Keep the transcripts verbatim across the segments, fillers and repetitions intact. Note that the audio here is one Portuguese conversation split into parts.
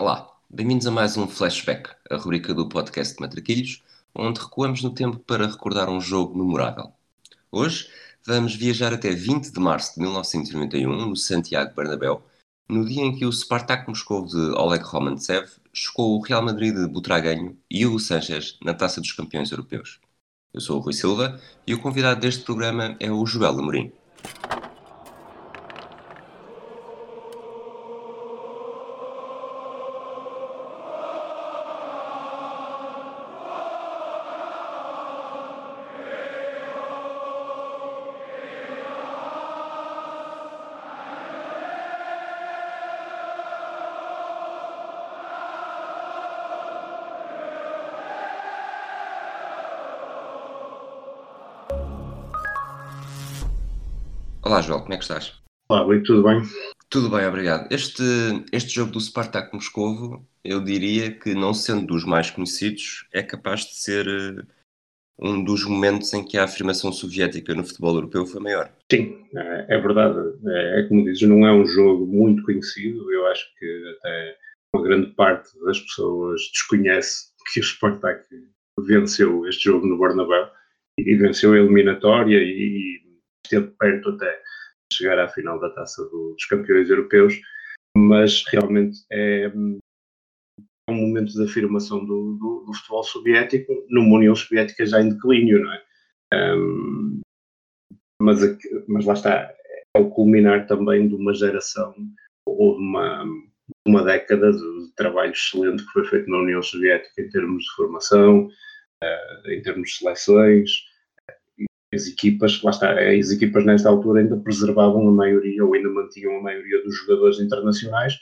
Olá, bem-vindos a mais um Flashback, a rubrica do podcast de Matraquilhos, onde recuamos no tempo para recordar um jogo memorável. Hoje vamos viajar até vinte de março de mil novecentos e noventa e um, no Santiago Bernabéu, no dia em que o Spartak Moscovo de Oleg Romantsev chocou o Real Madrid de Butragueño e Hugo Sánchez na Taça dos Campeões Europeus. Eu sou o Rui Silva e o convidado deste programa é o Joel Amorim. Olá Joel, como é que estás? Olá, Rui, tudo bem? Tudo bem, obrigado. Este, este jogo do Spartak Moscovo, eu diria que, não sendo dos mais conhecidos, é capaz de ser eh, um dos momentos em que a afirmação soviética no futebol europeu foi maior. Sim, é, é verdade. É, é como dizes, não é um jogo muito conhecido. Eu acho que até uma grande parte das pessoas desconhece que o Spartak venceu este jogo no Bernabéu e venceu a eliminatória e esteve perto até de chegar à final da Taça dos Campeões Europeus, mas realmente é um momento de afirmação do, do, do futebol soviético numa União Soviética já em declínio, não é? Um, mas, mas lá está, é o culminar também de uma geração ou de uma, uma década de, de trabalho excelente que foi feito na União Soviética em termos de formação, uh, em termos de seleções. As equipas, lá está, as equipas nesta altura ainda preservavam a maioria ou ainda mantinham a maioria dos jogadores internacionais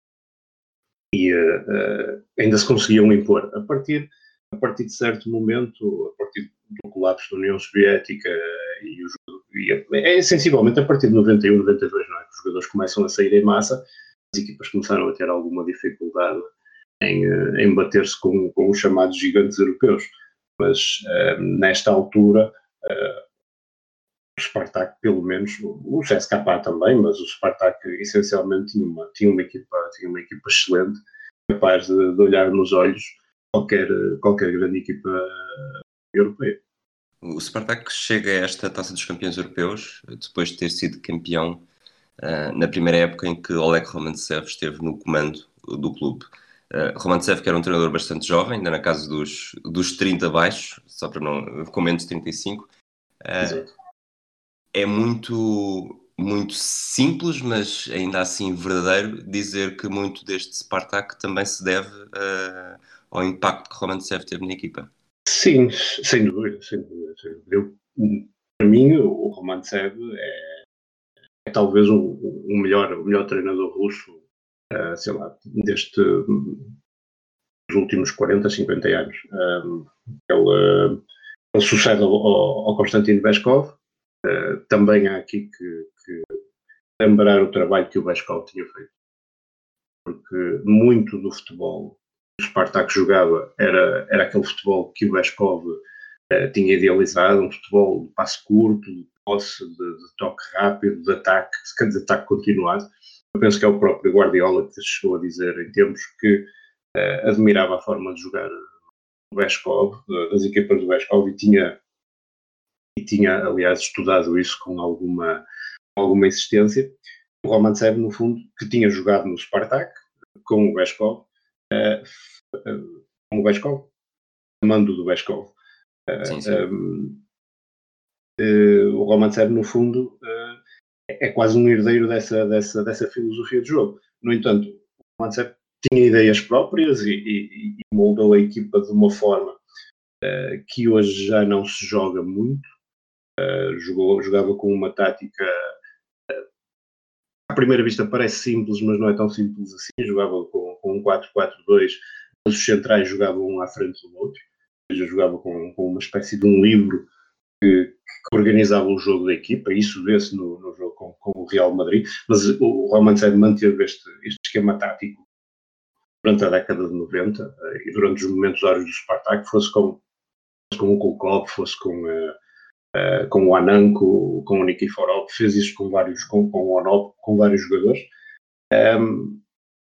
e uh, uh, ainda se conseguiam impor. A partir, a partir de certo momento, a partir do colapso da União Soviética uh, e, os, e é, é sensivelmente a partir de noventa e um, noventa e dois, não é? Que os jogadores começam a sair em massa, as equipas começaram a ter alguma dificuldade em, uh, em bater-se com, com os chamados gigantes europeus. Mas uh, nesta altura uh, o Spartak, pelo menos, o C S K A também, mas o Spartak essencialmente tinha uma, tinha uma, equipa, tinha uma equipa excelente, capaz de, de olhar nos olhos qualquer, qualquer grande equipa europeia. O Spartak chega a esta Taça dos Campeões Europeus depois de ter sido campeão uh, na primeira época em que Oleg Romantsev esteve no comando do clube. Uh, Romantsev, que era um treinador bastante jovem, ainda na casa dos, dos trinta abaixo, só para não, com menos de trinta e cinco. Uh, é muito, muito simples, mas ainda assim verdadeiro, dizer que muito deste Spartak também se deve uh, ao impacto que Romantsev teve na equipa. Sim, sem dúvida, sem dúvida. Sem dúvida. Eu, para mim, o Romantsev é, é talvez o, o, melhor, o melhor treinador russo, uh, sei lá, deste dos últimos quarenta, cinquenta anos. Um, ele, uh, ele sucede ao, ao Konstantin Beskov. Uh, também há aqui que, que lembrar o trabalho que o Beskov tinha feito, porque muito do futebol que o Spartak jogava era, era aquele futebol que o Beskov uh, tinha idealizado, um futebol de passe curto, de posse, de, de toque rápido, de ataque, de ataque continuado. Eu penso que é o próprio Guardiola que chegou a dizer em tempos que uh, admirava a forma de jogar o Beskov, das equipas do Beskov, e tinha, e tinha, aliás, estudado isso com alguma, alguma insistência. O Romantsev, no fundo, que tinha jogado no Spartak, com o Beskov, uh, uh, com o Beskov, mando do Beskov. Uh, Sim, sim. Um, uh, o Romantsev, no fundo, uh, é quase um herdeiro dessa, dessa, dessa filosofia de jogo. No entanto, o Romantsev tinha ideias próprias e, e, e moldou a equipa de uma forma uh, que hoje já não se joga muito. Uh, jogou, jogava com uma tática uh, à primeira vista parece simples, mas não é tão simples assim. Jogava com, com um quatro quatro dois, mas os centrais jogavam um à frente do outro, ou seja, jogava com, com uma espécie de um livro que, que organizava o jogo da equipa. Isso vê-se no, no jogo com, com o Real Madrid, mas o Romantsev manteve este, este esquema tático durante a década de noventa uh, e durante os momentos áureos do Spartak, fosse com, fosse com o Kulkov, fosse com uh, Uh, com o Annan, com, com o Nikiforov, fez isto com vários, com, com o Onop, com vários jogadores. Um,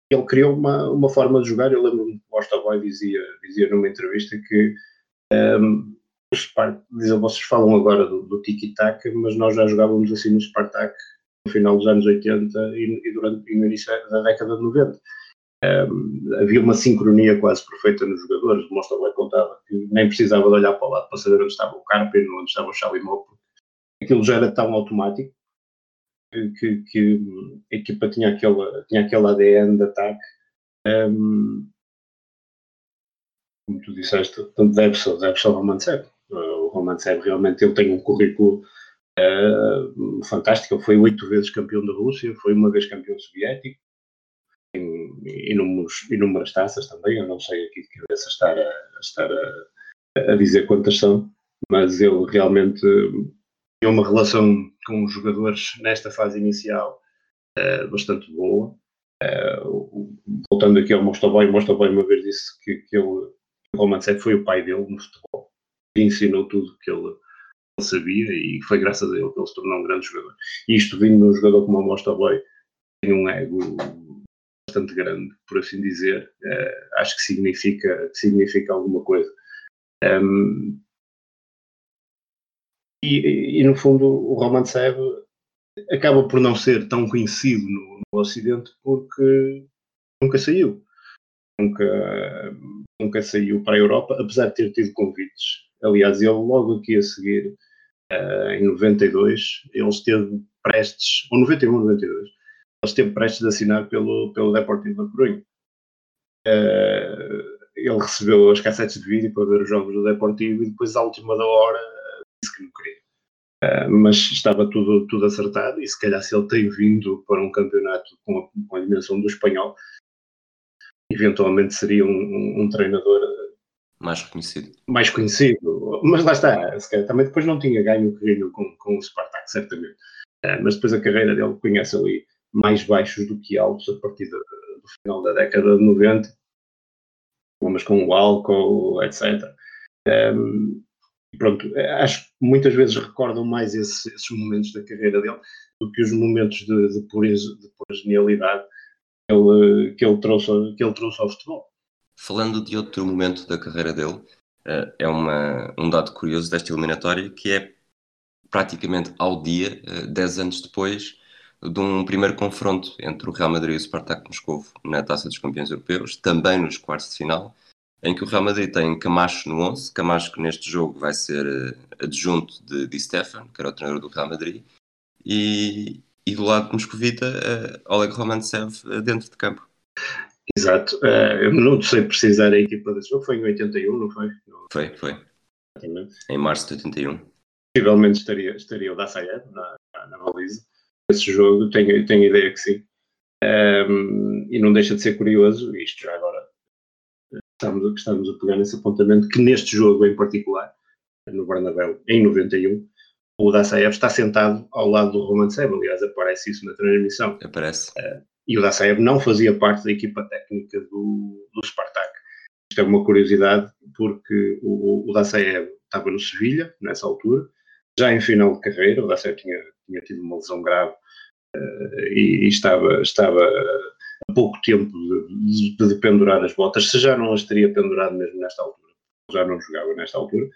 ele criou uma, uma forma de jogar. Eu lembro-me que o Mostovoy dizia, dizia numa entrevista que um, o Spartak, dizem, vocês falam agora do, do tiki-taka, mas nós já jogávamos assim no Spartak no final dos anos oitenta e, e, durante, e no início da década de noventa. Um, havia uma sincronia quase perfeita nos jogadores. O Mostovoy contava que nem precisava de olhar para o lado para saber onde estava o Karpin, onde estava o Chalimov, porque aquilo já era tão automático que, que, que a equipa tinha aquele, tinha aquele A D N de ataque. Um, como tu disseste, deve-se deve ao Romantsev. O Romantsev realmente ele tem um currículo uh, fantástico. Ele foi oito vezes campeão da Rússia, foi uma vez campeão soviético, tem inúmeros, inúmeras taças também. Eu não sei aqui de cabeça estar, a, estar a, a dizer quantas são, mas ele realmente tem uma relação com os jogadores nesta fase inicial uh, bastante boa. Uh, voltando aqui ao Mostovoy, o Mostovoy uma vez disse que, que ele, o Romantsev foi o pai dele no futebol e ensinou tudo que ele, ele sabia, e foi graças a ele que ele se tornou um grande jogador. E isto vindo de um jogador como o Mostovoy, tem um ego bastante grande, por assim dizer. Uh, acho que significa, significa alguma coisa. Um, e, e no fundo o Romantsev acaba por não ser tão conhecido no, no Ocidente porque nunca saiu. Nunca, nunca saiu para a Europa, apesar de ter tido convites. Aliás, ele logo aqui a seguir, uh, em noventa e dois, ele esteve prestes, ou noventa e um ou noventa e dois, ele esteve prestes a assinar pelo, pelo Deportivo da Coruña. Uh, ele recebeu as cassetes de vídeo para ver os jogos do Deportivo e depois, à última da hora, disse que não queria. Uh, mas estava tudo, tudo acertado, e se calhar se ele tem vindo para um campeonato com a, com a dimensão do espanhol, eventualmente seria um, um, um treinador mais reconhecido. Mais conhecido. Mas lá está, se calhar, também depois não tinha ganho o que ganhou com, com o Spartak, certamente. Uh, mas depois a carreira dele conhece ali mais baixos do que altos a partir do, do final da década de noventa, mas com o álcool, etcétera. Um, pronto, acho que muitas vezes recordam mais esse, esses momentos da carreira dele do que os momentos de, de, pura, de pura genialidade que ele, que, ele trouxe, que ele trouxe ao futebol. Falando de outro momento da carreira dele, é uma, um dado curioso desta eliminatória, que é praticamente ao dia, dez anos depois, de um primeiro confronto entre o Real Madrid e o Spartak Moscovo na Taça dos Campeões Europeus, também nos quartos de final, em que o Real Madrid tem Camacho no onze. Camacho, que neste jogo vai ser adjunto de Di Stefano, que era o treinador do Real Madrid, e, e do lado de Moscovita, Oleg Romantsev dentro de campo. Exato. Uh, eu não sei precisar a equipa desse jogo. Foi em oitenta e um, não foi? Foi, foi. Exatamente. Em março de oitenta e um. Possivelmente estaria, estaria o Dassaev na, na, na baliza. Esse jogo, tenho, tenho ideia que sim. Um, e não deixa de ser curioso, isto já agora estamos, estamos a pegar nesse apontamento, que neste jogo em particular, no Bernabéu, em noventa e um, o Dassaev está sentado ao lado do Romantsev. Aliás, aparece isso na transmissão. Aparece. Uh, e o Dassaev não fazia parte da equipa técnica do, do Spartak. Isto é uma curiosidade, porque o, o Dassaev estava no Sevilha, nessa altura, já em final de carreira. O Dassaev tinha, tinha tido uma lesão grave uh, e, e estava, estava a pouco tempo de, de, de pendurar as botas, se já não as teria pendurado mesmo nesta altura. Já não jogava nesta altura.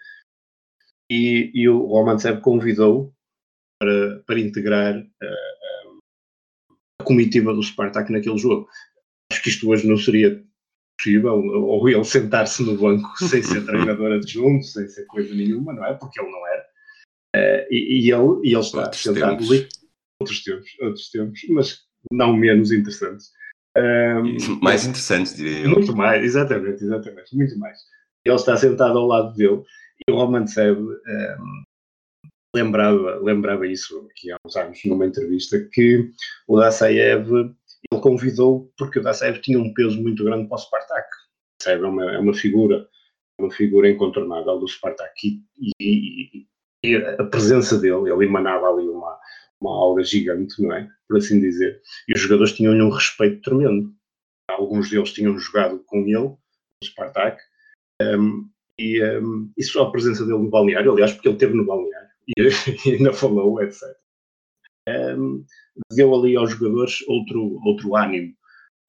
E, e o Romantsev convidou para, para integrar uh, a comitiva do Spartak naquele jogo. Acho que isto hoje não seria possível, ou ele sentar-se no banco sem ser treinador adjunto, sem ser coisa nenhuma, não é? Porque ele não era. Uh, e, e, ele, e ele está outros sentado tempos. ali. Outros tempos, outros tempos, mas não menos interessantes. Um, mais interessantes, diria eu. Muito mais, exatamente, exatamente, muito mais. Ele está sentado ao lado dele e o Romantsev um, lembrava, lembrava isso aqui há uns anos numa entrevista, que o Dassaev ele convidou porque o Dassaev tinha um peso muito grande para o Spartak. O Dassaev é uma, é uma figura, uma figura incontornável do Spartak, e, e, e a presença dele, ele emanava ali uma, uma aura gigante, não é? Por assim dizer. E os jogadores tinham-lhe um respeito tremendo. Alguns deles tinham jogado com ele, no Spartak, um, e, um, e só a presença dele no balneário, aliás, porque ele esteve no balneário e, e ainda falou, etcétera. Um, deu ali aos jogadores outro, outro ânimo.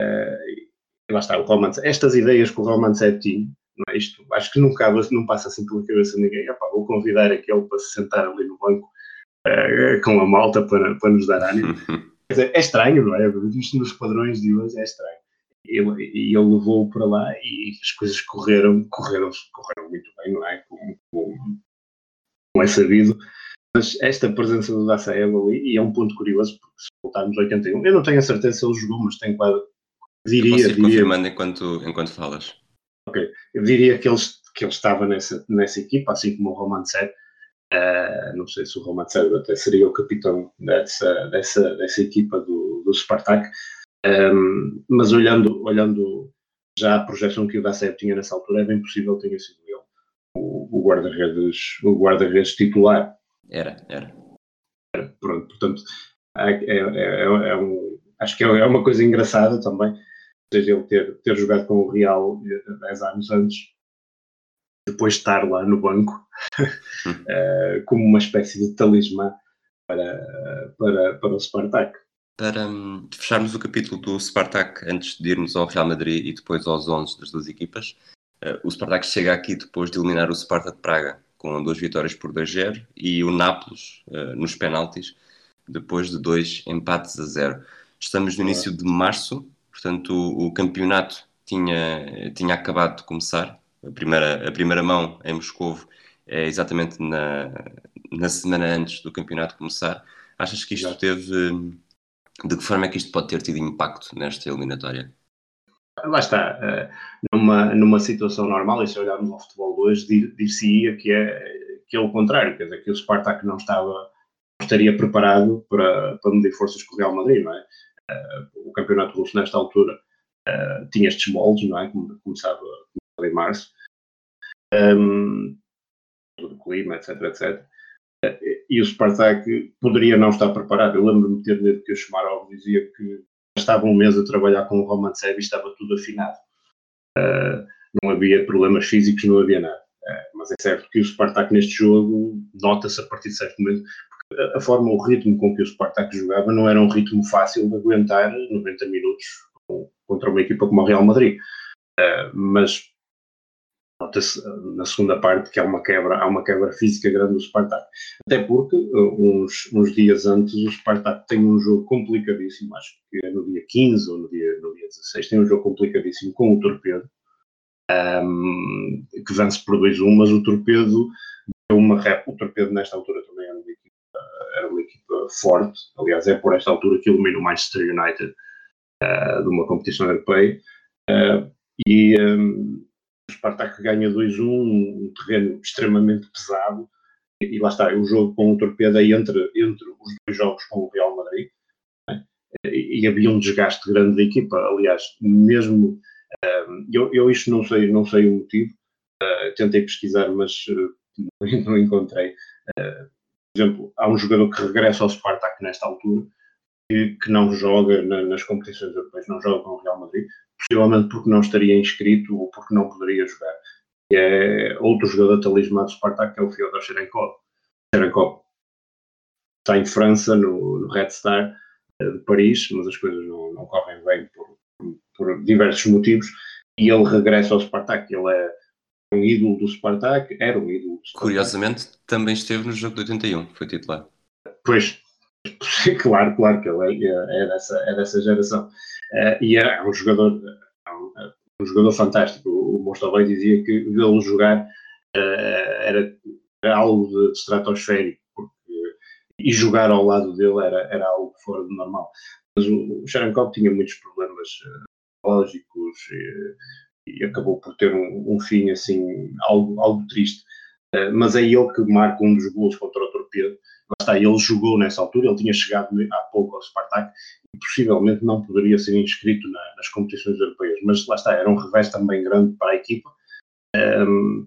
E lá está, o Roman, estas ideias que o Roman tinha, não é? Isto acho que nunca não passa assim pela cabeça de ninguém. Epá, vou convidar aquele para se sentar ali no banco uh, com a malta para, para nos dar ânimo. Quer dizer, é estranho, não é? Isto nos padrões de hoje é estranho. E ele, ele levou-o para lá e as coisas correram, correram, correram muito bem, não é? Como, como, como é sabido. Mas esta presença do Dassaev ali, e é um ponto curioso, porque se voltarmos a oitenta e um, eu não tenho a certeza se ele jogou, mas tenho quase. Diria, eu posso ir diria, confirmando enquanto, enquanto falas. Ok, eu diria que ele, que ele estava nessa, nessa equipa, assim como o Romantsev. Uh, não sei se o Romantsev até seria o capitão dessa, dessa, dessa equipa do, do Spartak. Um, mas olhando, olhando já a projeção que o Dassaev tinha nessa altura, é bem possível que tenha sido ele o, o guarda-redes o guarda-redes titular. Era, era. era pronto, portanto, é, é, é, é um, acho que é uma coisa engraçada também, seja ele ter, ter jogado com o Real dez anos antes, depois estar lá no banco uh, como uma espécie de talismã para, para, para o Spartak. Para um, fecharmos o capítulo do Spartak, antes de irmos ao Real Madrid e depois aos onze das duas equipas, uh, o Spartak chega aqui depois de eliminar o Sparta de Praga, com duas vitórias por dois a zero, e o Nápoles uh, nos penaltis, depois de dois empates a zero. Estamos no início de março, portanto o, o campeonato tinha, tinha acabado de começar. A primeira, a primeira mão em Moscovo é exatamente na, na semana antes do campeonato começar. Achas que isto Exato. teve... De que forma é que isto pode ter tido impacto nesta eliminatória? Lá está, numa, numa situação normal, e se olharmos ao futebol de hoje, dir-se-ia que é, que é o contrário, quer dizer, que o Spartak não estava, não estaria preparado para, para medir forças com o Real Madrid, não é? O campeonato russo nesta altura tinha estes moldes, não é? Começava, começava em março, um, todo o clima, etc, etcétera. E o Spartak poderia não estar preparado. Eu lembro-me de ter lido que o Shumarov dizia que estava um mês a trabalhar com o Romantsev e estava tudo afinado. Uh, não havia problemas físicos, não havia nada. Uh, mas é certo que o Spartak neste jogo nota-se a partir de certo momento, porque a, a forma, o ritmo com que o Spartak jogava não era um ritmo fácil de aguentar noventa minutos com, contra uma equipa como o Real Madrid. Uh, mas nota-se na segunda parte que há uma quebra, há uma quebra física grande do Spartak. Até porque uns, uns dias antes o Spartak tem um jogo complicadíssimo, acho que é no dia quinze ou no dia, no dia dezasseis, tem um jogo complicadíssimo com o Torpedo, um, que vence por dois a um, mas o Torpedo deu uma rep, o Torpedo nesta altura também era uma equipa, era uma equipa forte, aliás é por esta altura que elimina o Manchester United uh, de uma competição europeia, uh, e um, o Spartak ganha dois a um, um terreno extremamente pesado, e, e lá está, o jogo com o Torpedo é entre, entre os dois jogos com o Real Madrid, né? e, e havia um desgaste grande da equipa, aliás, mesmo, um, eu, eu isto não sei, não sei o motivo, uh, tentei pesquisar, mas uh, não encontrei. Uh, por exemplo, há um jogador que regressa ao Spartak nesta altura, que, que não joga na, nas competições europeias, não joga com o Real Madrid, possivelmente porque não estaria inscrito ou porque não poderia jogar. E é outro jogador talismã do Spartak, que é o Fyodor Cherenkov. Cherenkov está em França, no, no Red Star de Paris, mas as coisas não, não correm bem por, por diversos motivos, e ele regressa ao Spartak. Ele é um ídolo do Spartak, era um ídolo do Spartak. Curiosamente, também esteve no jogo de oitenta e um, foi titular. Pois, claro, claro que ele é, é, dessa, é dessa geração. Uh, e é um jogador, é um, é um jogador fantástico. O, o Mostovoi dizia que vê-lo jogar uh, era, era algo de, de estratosférico, porque, e jogar ao lado dele era, era algo fora do normal. Mas o, o Cherenkov tinha muitos problemas uh, lógicos e, e acabou por ter um, um fim assim, algo, algo triste. Uh, mas é ele que marca um dos gols contra o Torpedo. Lá está, ele jogou nessa altura, ele tinha chegado há pouco ao Spartak e possivelmente não poderia ser inscrito na, nas competições europeias, mas lá está, era um revés também grande para a equipa. Um,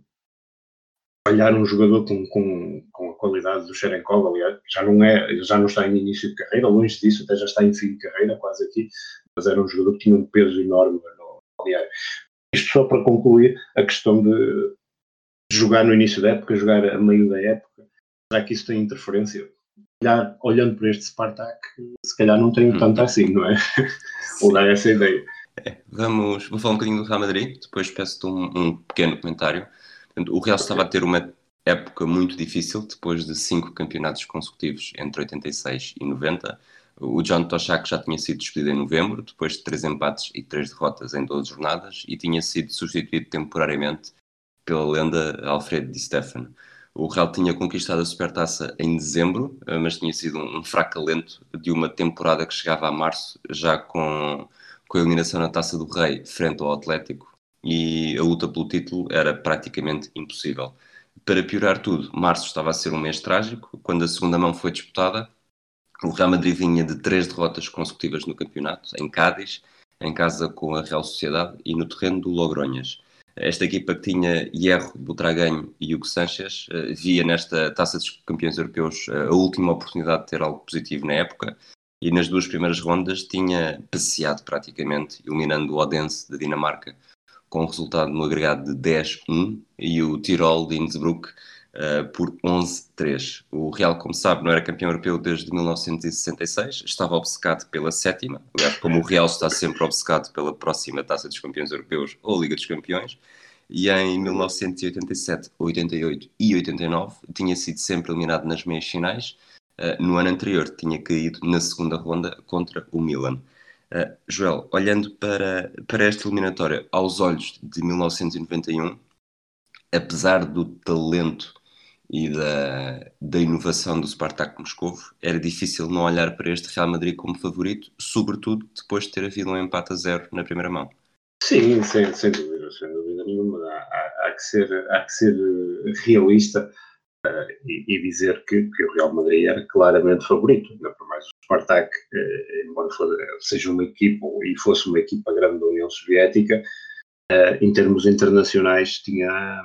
olhar um jogador com, com, com a qualidade do Cherenkov, aliás, já não, é, já não está em início de carreira, longe disso, até já está em fim de carreira, quase aqui, mas era um jogador que tinha um peso enorme no aliás. Isto só para concluir a questão de jogar no início da época, jogar a meio da época. Será que isso tem interferência? Olhar, olhando para este Spartak, se calhar não tem tanto assim, não é? Ou dá essa ideia. É, vamos, vou falar um bocadinho do Real Madrid, depois peço-te um, um pequeno comentário. Portanto, o Real estava a Ok. ter uma época muito difícil, depois de cinco campeonatos consecutivos entre oitenta e seis e noventa. O John Toshak já tinha sido despedido em novembro, depois de três empates e três derrotas em doze jornadas, e tinha sido substituído temporariamente pela lenda Alfredo Di Stefano. O Real tinha conquistado a Supertaça em dezembro, eh, mas tinha sido um, um fraco alento de uma temporada que chegava a março, já com, com a eliminação na Taça do Rei frente ao Atlético, e a luta pelo título era praticamente impossível. Para piorar tudo, março estava a ser um mês trágico. Quando a segunda mão foi disputada, o Real Madrid vinha de três derrotas consecutivas no campeonato, em Cádiz, em casa com a Real Sociedade e no terreno do Logronhas. Esta equipa que tinha Hierro, Butragueño e Hugo Sánchez eh, via nesta Taça dos Campeões Europeus eh, a última oportunidade de ter algo positivo na época, e nas duas primeiras rondas tinha passeado praticamente, eliminando o Odense da Dinamarca com um resultado no agregado de dez a um, e o Tirol de Innsbruck uh, por onze a três. O Real, como sabe, não era campeão europeu desde mil novecentos e sessenta e seis, estava obcecado pela sétima, aliás, como o Real está sempre obcecado pela próxima Taça dos Campeões Europeus ou Liga dos Campeões, e em mil novecentos e oitenta e sete, oitenta e oito e oitenta e nove tinha sido sempre eliminado nas meias finais. Uh, no ano anterior tinha caído na segunda ronda contra o Milan. Uh, Joel, olhando para, para esta eliminatória aos olhos de mil novecentos e noventa e um, apesar do talento e da, da inovação do Spartak Moscovo, era difícil não olhar para este Real Madrid como favorito, sobretudo depois de ter havido um empate a zero na primeira mão. Sim, sem, sem dúvida, sem dúvida nenhuma. Há, há, há que ser, há que ser realista uh, e, e dizer que, que o Real Madrid era claramente favorito. Ainda por mais o Spartak, uh, embora for, seja uma equipa e fosse uma equipa grande da União Soviética, uh, em termos internacionais tinha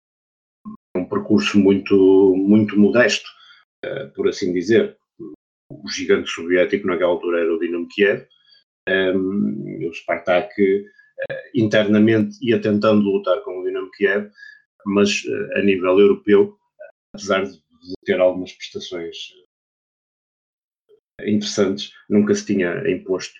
um percurso muito, muito modesto, uh, por assim dizer. O gigante soviético naquela altura era o Dinamo Kiev, um, e o Spartak internamente ia tentando lutar com o Dinamo Kiev, mas a nível europeu, apesar de ter algumas prestações interessantes, nunca se tinha imposto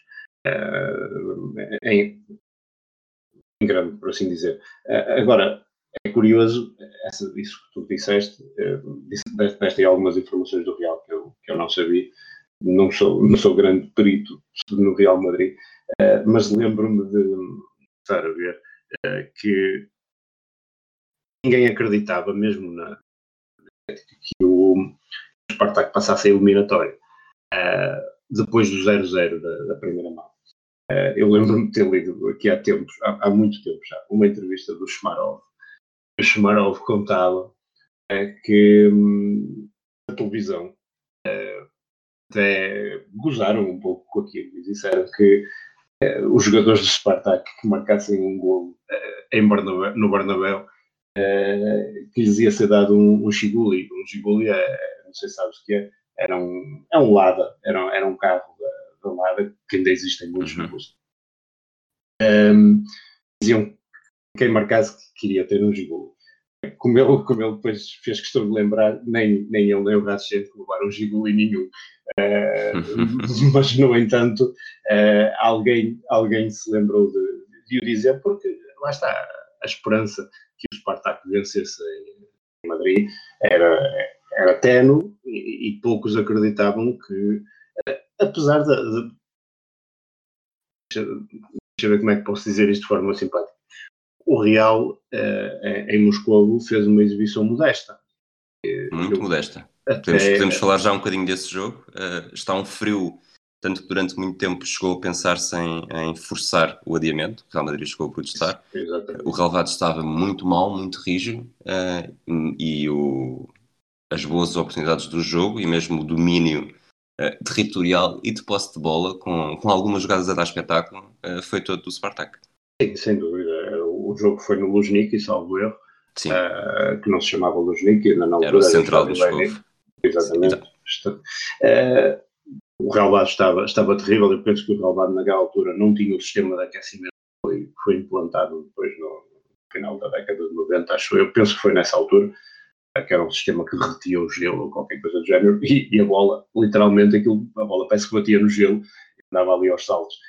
uh, em, em grande, por assim dizer. Uh, agora, é curioso, essa, isso que tu disseste, uh, deste aí algumas informações do Real que eu, que eu não sabia. Não sou, não sou grande perito no Real Madrid, uh, mas lembro-me de estar a ver uh, que ninguém acreditava, mesmo na, que o Spartak passasse a eliminatória uh, depois do zero zero da, da primeira mão. Uh, eu lembro-me de ter lido aqui há tempos, há, há muito tempo já, uma entrevista do Shmarov. O Shmarov contava uh, que um, a televisão uh, até gozaram um pouco com aquilo e disseram que uh, os jogadores do Spartak que marcassem um golo uh, em Barnabéu, no Bernabéu Uh, que lhes ia ser dado um, um Giguli. Um Giguli, é, não sei se sabes o que é, era um, é um Lada, era, era um carro da, da Lada, que ainda existem muitos Uhum. na Rússia. Um, diziam que quem marcasse que queria ter um Giguli. Como ele, como ele depois fez questão de lembrar, nem, nem ele nem o Ratchet levaram um Giguli nenhum. Uh, mas, no entanto, uh, alguém, alguém se lembrou de, de o dizer, porque lá está, a esperança que o Spartak vencesse em Madrid era, era ténue e, e poucos acreditavam que, apesar de, de deixa, deixa eu ver como é que posso dizer isto de forma simpática, o Real uh, em Moscou fez uma exibição modesta. Muito Eu, modesta. Podemos, podemos até, falar já um bocadinho desse jogo. Uh, está um frio, tanto que durante muito tempo chegou a pensar-se em, em forçar o adiamento. O Real Madrid chegou a protestar. O exatamente. relvado estava muito mal, muito rígido, uh, e o, as boas oportunidades do jogo e mesmo o domínio uh, territorial e de posse de bola, com, com algumas jogadas a dar espetáculo, uh, foi todo do Spartak. Sim, sem dúvida. O jogo foi no Luzhniki, salvo erro, Sim, uh, que não se chamava Luzhniki, ainda na era o altura era o central de estádio Moscou. Lenin. Exatamente. Uh, o relvado estava, estava terrível. Eu penso que o relvado naquela altura não tinha o sistema de aquecimento que foi, foi implantado depois no final da década de noventa, acho eu. Penso que foi nessa altura, que era um sistema que derretia o gelo ou qualquer coisa do género, e, e a bola, literalmente, aquilo, a bola parece que batia no gelo e andava ali aos saltos.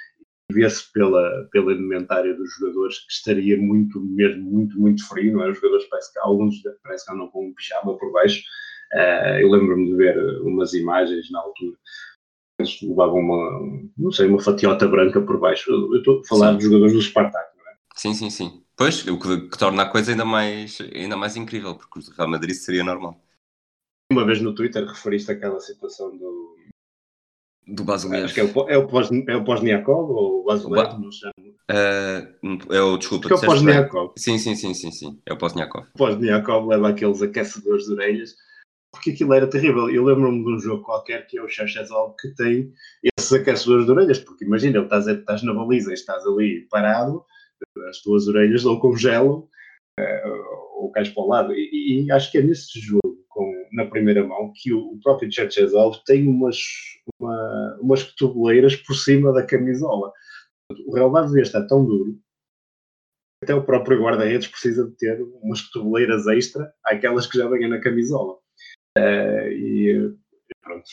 vê-se pela, pela indumentária dos jogadores que estaria muito, mesmo muito, muito frio, não é? Os jogadores parece que alguns parece que andam com um pijama por baixo. Uh, eu lembro-me de ver umas imagens na altura. Eles levavam uma, não sei, uma fatiota branca por baixo. Eu estou a falar sim. dos jogadores do Spartak, não é? Sim, sim, sim. Pois, o que, que torna a coisa ainda mais, ainda mais incrível, porque os do Real Madrid seria normal. Uma vez no Twitter referiste àquela situação do... Do Basilev. Acho que é o, é o, pós, é o Pozniakov ou o Basilev, ba... não sei. Uh, é o, desculpa, acho que é o Pozniakov. Sim, sim, sim, sim, sim, é o Pozniakov. O Pozniakov leva aqueles aquecedores de orelhas, porque aquilo era terrível. Eu lembro-me de um jogo qualquer que é o Cherchezov que tem esses aquecedores de orelhas, porque imagina, estás, estás na baliza e estás ali parado, as tuas orelhas ou congelam uh, ou cais para o lado. E, e acho que é nesse jogo, com, na primeira mão, que o, o próprio Cherchezov tem umas, uma, umas cotoveleiras por cima da camisola. O relevado devia estar tão duro até o próprio guarda-redes precisa de ter umas cotoveleiras extra àquelas que já vêm na camisola. Uh, e pronto,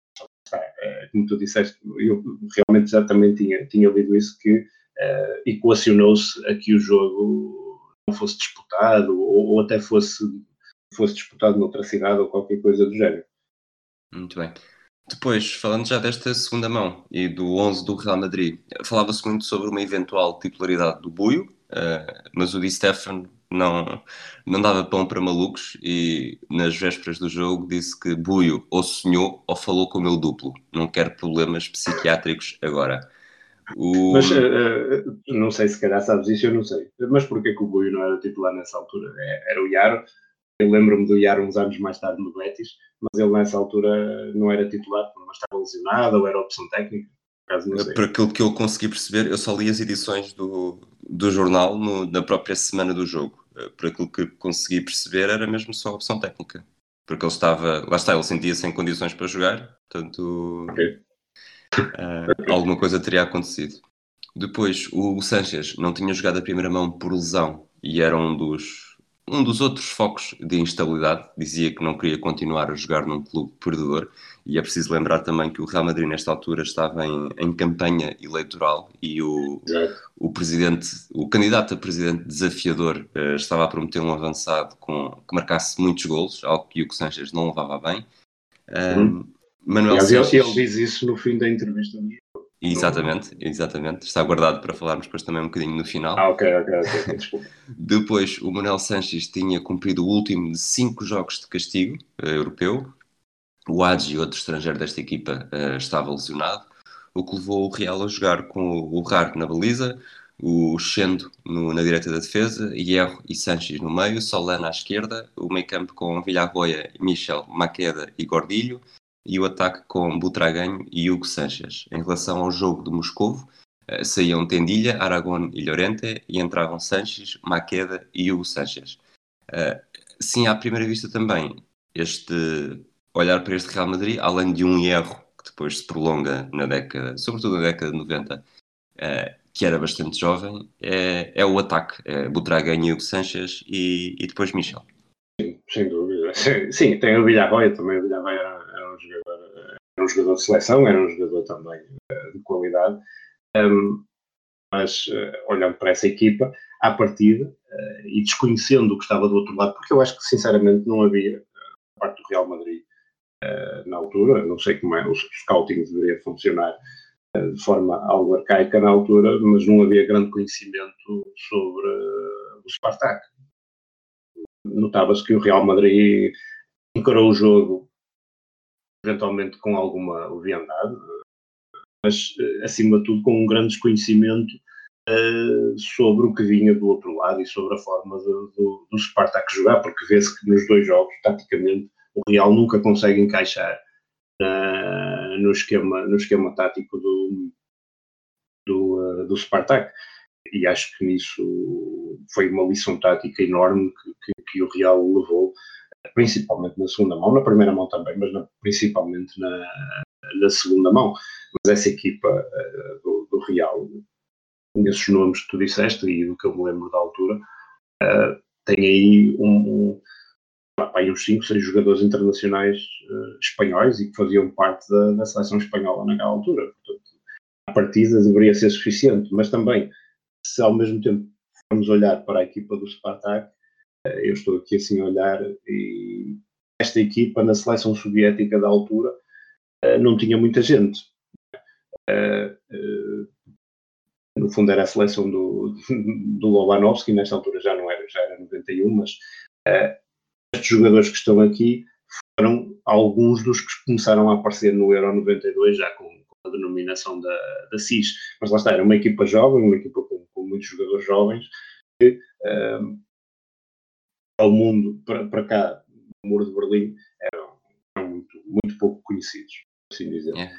uh, como tu disseste, eu realmente já também tinha, tinha lido isso, que uh, equacionou-se a que o jogo não fosse disputado ou, ou até fosse, fosse disputado noutra cidade ou qualquer coisa do género. Muito bem. Depois, falando já desta segunda mão e do onze do Real Madrid, falava-se muito sobre uma eventual titularidade do Buio, uh, mas o Di Stéfano não, não dava pão para malucos e nas vésperas do jogo disse que Buio ou sonhou ou falou com o meu duplo, não quer problemas psiquiátricos agora. O... Mas uh, não sei, se calhar sabes isso, eu não sei. Mas porquê que o Buio não era titular nessa altura? Era o Yaro. Eu lembro-me do Yaro uns anos mais tarde no Betis, mas ele nessa altura não era titular, mas estava lesionado ou era opção técnica. Caso não sei. Por aquilo que eu consegui perceber, eu só li as edições do, do jornal no, na própria semana do jogo. Por aquilo que consegui perceber, era mesmo só opção técnica. Porque ele estava, lá está, ele sentia-se em condições para jogar, portanto, okay. uh, okay. alguma coisa teria acontecido. Depois, o Sanches não tinha jogado a primeira mão por lesão e era um dos, um dos outros focos de instabilidade. Dizia que não queria continuar a jogar num clube perdedor. E é preciso lembrar também que o Real Madrid, nesta altura, estava em, em campanha eleitoral e o, o presidente, o candidato a presidente desafiador uh, estava a prometer um avançado com, que marcasse muitos golos, algo que o Sanches não levava bem. Um, uhum. Manuel Sanches... ele diz isso no fim da entrevista. Exatamente, exatamente. Está guardado para falarmos depois também um bocadinho no final. Ah, ok, ok, ok, desculpa. Depois, o Manuel Sanches tinha cumprido o último de cinco jogos de castigo uh, europeu. O Hadji, outro estrangeiro desta equipa, uh, estava lesionado, o que levou o Real a jogar com o Rar na baliza, o Chendo no, na direita da defesa, Hierro e Sanches no meio, Solana à esquerda, o meio campo com Villarroya, Michel, Maqueda e Gordilho, e o ataque com Butragueño e Hugo Sanches. Em relação ao jogo de Moscovo, uh, saíam Tendilha, Aragón e Llorente, e entravam Sanches, Maqueda e Hugo Sanches. Uh, sim, à primeira vista também, este... olhar para este Real Madrid, além de um erro que depois se prolonga na década, sobretudo na década de noventa, uh, que era bastante jovem, é, é o ataque. É Butragueño, Hugo Sanches e, e depois Michel. Sim, sem dúvida. Sim, tem o Villarroya também. O Villarroya era, era, um jogador, era um jogador de seleção, era um jogador também de qualidade. Um, mas, uh, olhando para essa equipa, à partida, uh, e desconhecendo o que estava do outro lado, porque eu acho que, sinceramente, não havia, uh, parte do Real Madrid, Uh, na altura, não sei como é, o scouting deveria funcionar uh, de forma algo arcaica na altura, mas não havia grande conhecimento sobre uh, o Spartak. Notava-se que o Real Madrid encarou o jogo eventualmente com alguma leviandade, mas uh, acima de tudo com um grande desconhecimento uh, sobre o que vinha do outro lado e sobre a forma do, do, do Spartak jogar, porque vê-se que nos dois jogos, taticamente, o Real nunca consegue encaixar uh, no, esquema, no esquema tático do, do, uh, do Spartak. E acho que nisso foi uma lição tática enorme que, que, que o Real levou, principalmente na segunda mão, na primeira mão também, mas na, principalmente na, na segunda mão. Mas essa equipa uh, do, do Real, esses nomes que tu disseste e do que eu me lembro da altura, uh, tem aí um... um Há uns cinco, seis jogadores internacionais uh, espanhóis e que faziam parte da, da seleção espanhola naquela altura. Portanto, à partida deveria ser suficiente, mas também, se ao mesmo tempo formos olhar para a equipa do Spartak, eu estou aqui assim a olhar e esta equipa na seleção soviética da altura não tinha muita gente. No fundo era a seleção do, do Lobanovski, nesta altura já não era, já era noventa e um, mas estes jogadores que estão aqui foram alguns dos que começaram a aparecer no Euro noventa e dois, já com, com a denominação da, da C I S. Mas lá está, era uma equipa jovem, uma equipa com, com muitos jogadores jovens, que um, ao mundo, para, para cá, no Muro de Berlim, eram, eram muito, muito pouco conhecidos, assim dizer. É.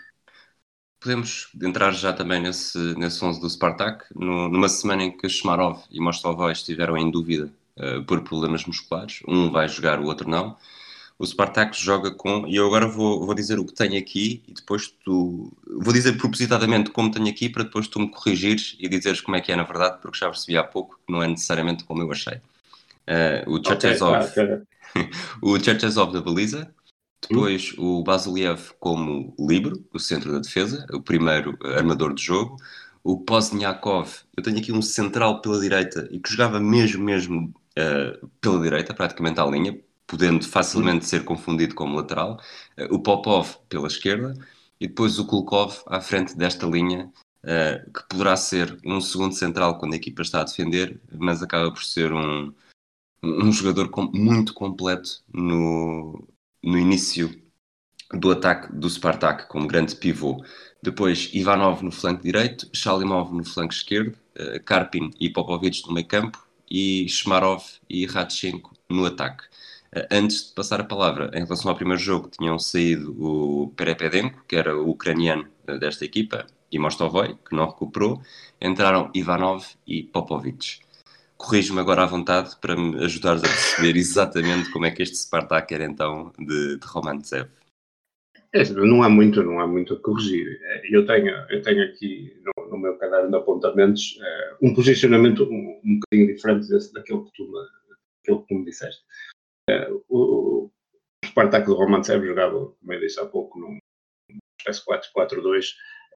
Podemos entrar já também nesse, nesse onze do Spartak, no, numa semana em que Shmarov e Mostovoi estiveram em dúvida uh, por problemas musculares. Um vai jogar, o outro não. O Spartak joga com... E eu agora vou, vou dizer o que tenho aqui e depois tu... Vou dizer propositadamente como tenho aqui para depois tu me corrigires e dizeres como é que é na verdade, porque já percebi há pouco que não é necessariamente como eu achei. Uh, o Cherchesov... Okay, ah, okay. o Cherchesov da baliza. Depois hum. o Basiliev como líbero, o centro da defesa, o primeiro armador de jogo. O Pozniakov, eu tenho aqui um central pela direita e que jogava mesmo, mesmo uh, pela direita, praticamente à linha, podendo facilmente ser confundido como lateral. Uh, o Popov pela esquerda e depois o Kulkov à frente desta linha, uh, que poderá ser um segundo central quando a equipa está a defender, mas acaba por ser um, um jogador com, muito completo no... no início do ataque do Spartak, como grande pivô. Depois Ivanov no flanco direito, Shalimov no flanco esquerdo, uh, Karpin e Popovic no meio campo e Shmarov e Radchenko no ataque. Uh, antes de passar a palavra, em relação ao primeiro jogo, tinham saído o Perepedenko, que era o ucraniano uh, desta equipa, e Mostovoi, que não recuperou. Entraram Ivanov e Popovic. Corrijo-me agora à vontade para me ajudares a perceber exatamente como é que este Spartak era então de, de Romantsev. É, não há muito, não há muito a corrigir. Eu tenho, eu tenho aqui no, no meu caderno de apontamentos uh, um posicionamento um, um bocadinho diferente desse, daquele, que tu me, daquele que tu me disseste. Uh, o, o Spartak de Romantsev jogava, como eu disse há pouco, num espécie quatro quatro dois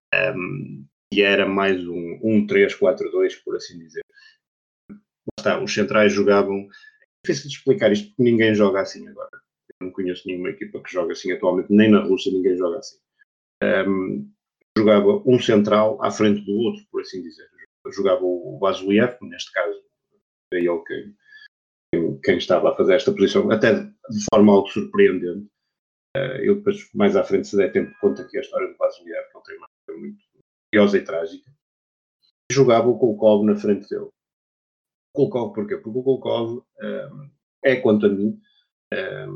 um, e era mais um, um três quatro dois, por assim dizer. Está, os centrais jogavam... É difícil de explicar isto porque ninguém joga assim agora. Eu não conheço nenhuma equipa que joga assim atualmente, nem na Rússia ninguém joga assim. Um, jogava um central à frente do outro, por assim dizer. Jogava o Vasiliev, neste caso, era ele quem, quem, quem estava a fazer esta posição, até de forma algo surpreendente. Uh, eu depois, mais à frente, se der tempo, conto aqui a história do Vasiliev, que ele tem uma história muito curiosa e trágica. Jogava o Kulkov na frente dele. Kulkov porquê? Porque o Kulkov um, é, quanto a mim, um,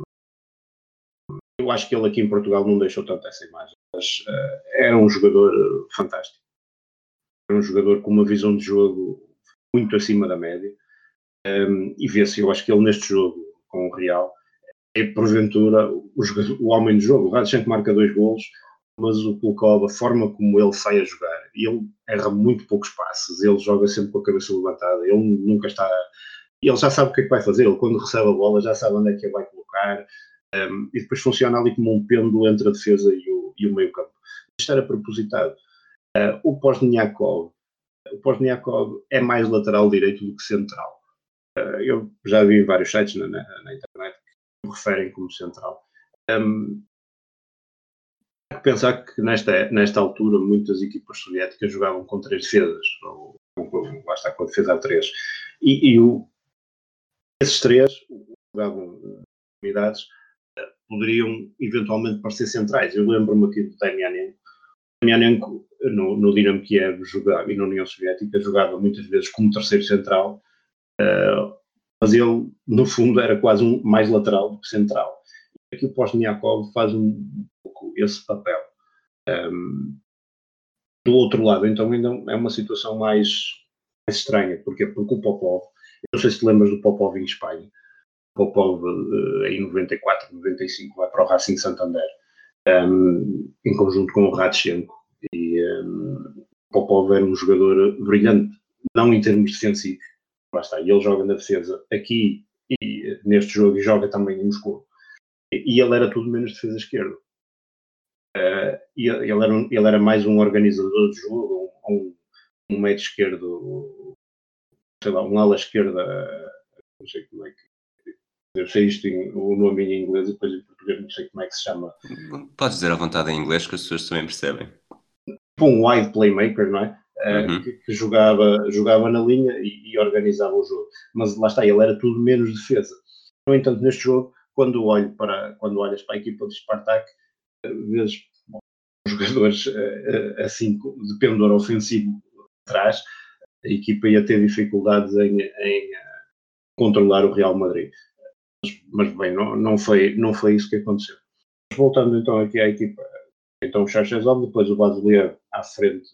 eu acho que ele aqui em Portugal não deixou tanto essa imagem, mas uh, era um jogador uh, fantástico. Era um jogador com uma visão de jogo muito acima da média. Um, e vê-se, eu acho que ele neste jogo com o Real é porventura o, jogador, o homem de jogo. O Radchenko marca dois golos, mas o Kulkov, a forma como ele sai a jogar, ele erra muito poucos passes, ele joga sempre com a cabeça levantada, ele nunca está... Ele já sabe o que é que vai fazer, ele quando recebe a bola já sabe onde é que ele vai colocar, um, e depois funciona ali como um pêndulo entre a defesa e o, e o meio campo. Isto era propositado. Uh, o Pozniakov, o Pozniakov é mais lateral direito do que central. Uh, eu já vi em vários sites na, na, na internet que o referem como central. Um, Pensar que nesta, nesta altura muitas equipas soviéticas jogavam com três defesas, ou, ou lá está, com a defesa a três. E, e o, esses três jogavam unidades, poderiam eventualmente parecer centrais. Eu lembro-me aqui do Demianenko. Demianenko, no, no Dinamo Kiev jogava, e na União Soviética, jogava muitas vezes como terceiro central, uh, mas ele, no fundo, era quase um mais lateral do que central. E aqui o Pozniakov faz um pouco esse papel. Um, do outro lado, então, ainda é uma situação mais, mais estranha. Porquê? Porque o Popov, eu não sei se te lembras do Popov em Espanha. O Popov, uh, em noventa e quatro, noventa e cinco, vai para o Racing Santander, um, em conjunto com o Radchenko. E um, o Popov era um jogador brilhante, não em termos defensivos. Lá está, e ele joga na defesa aqui e neste jogo e joga também em Moscou. E ele era tudo menos defesa esquerda. Uh, e ele era, um, ele era mais um organizador de jogo, um, um médio esquerdo, sei lá, um ala esquerda, não sei como é que. Eu sei isto em, o nome em inglês e depois em português não sei como é que se chama. Podes dizer à vontade em inglês que as pessoas também percebem. Um wide playmaker, não é? Uh, Uhum. que, que jogava, jogava na linha e, e organizava o jogo. Mas lá está, ele era tudo menos defesa. No entanto, neste jogo, quando olho para, quando olhas para a equipa de Spartak, vês jogadores uh, assim de pendor ofensivo atrás, a equipa ia ter dificuldades em, em uh, controlar o Real Madrid. Mas, mas bem, não, não, foi, não foi isso que aconteceu. Voltando então aqui à equipa, então o Cherchezov, depois o Basilev à frente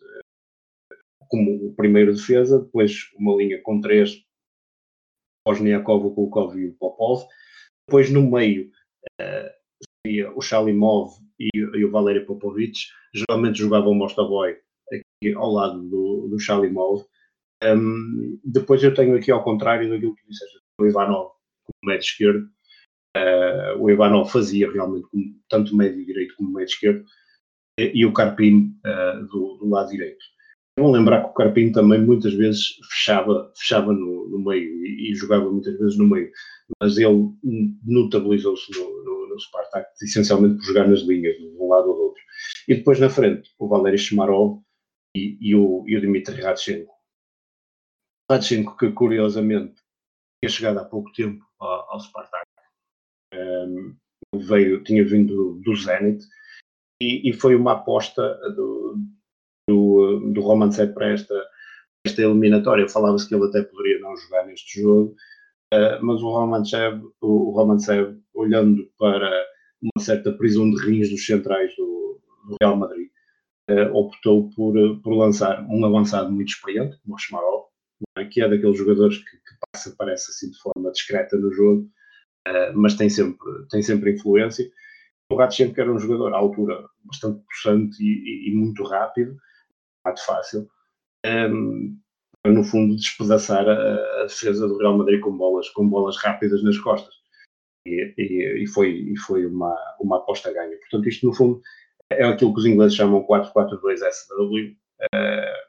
como o primeiro defesa, depois uma linha com três, Wozniakov, o Kulkov e o Popov. Depois no meio uh, o Shalimov e, e o Valery Popovic. Geralmente jogavam o Mostovoy aqui ao lado do, do Shalimov. Um, depois eu tenho aqui ao contrário daquilo que disseste, o Ivanov como médio esquerdo. Uh, o Ivanov fazia realmente como, tanto médio direito como médio esquerdo. E, e o Karpin uh, do, do lado direito. É bom lembrar que o Karpin também muitas vezes fechava, fechava no, no meio e, e jogava muitas vezes no meio, mas ele notabilizou-se no, no, no Spartak essencialmente por jogar nas linhas, de um lado ou do outro. E depois na frente, o Valery Shmarov e, e, o, e o Dmitry Radchenko. Radchenko que curiosamente tinha chegado há pouco tempo ao, ao Spartak. Um, veio, tinha vindo do, do Zenit e, e foi uma aposta do do, do Romantsev para esta, esta eliminatória. Falava-se que ele até poderia não jogar neste jogo, uh, mas o Romantsev, o, o Romantsev, olhando para uma certa prisão de rins dos centrais do, do Real Madrid, uh, optou por, por lançar um avançado muito experiente, como o Shmarov, é? Que é daqueles jogadores que, que passa, parece assim, de forma discreta no jogo, uh, mas tem sempre, tem sempre influência. O Radchenko era um jogador à altura bastante possante e, e, e muito rápido, muito fácil, um, no fundo despedaçar a, a defesa do Real Madrid com bolas, com bolas rápidas nas costas. E, e, e foi, e foi uma, uma aposta ganha. Portanto, isto no fundo é aquilo que os ingleses chamam quatro quatro dois S W. Uh,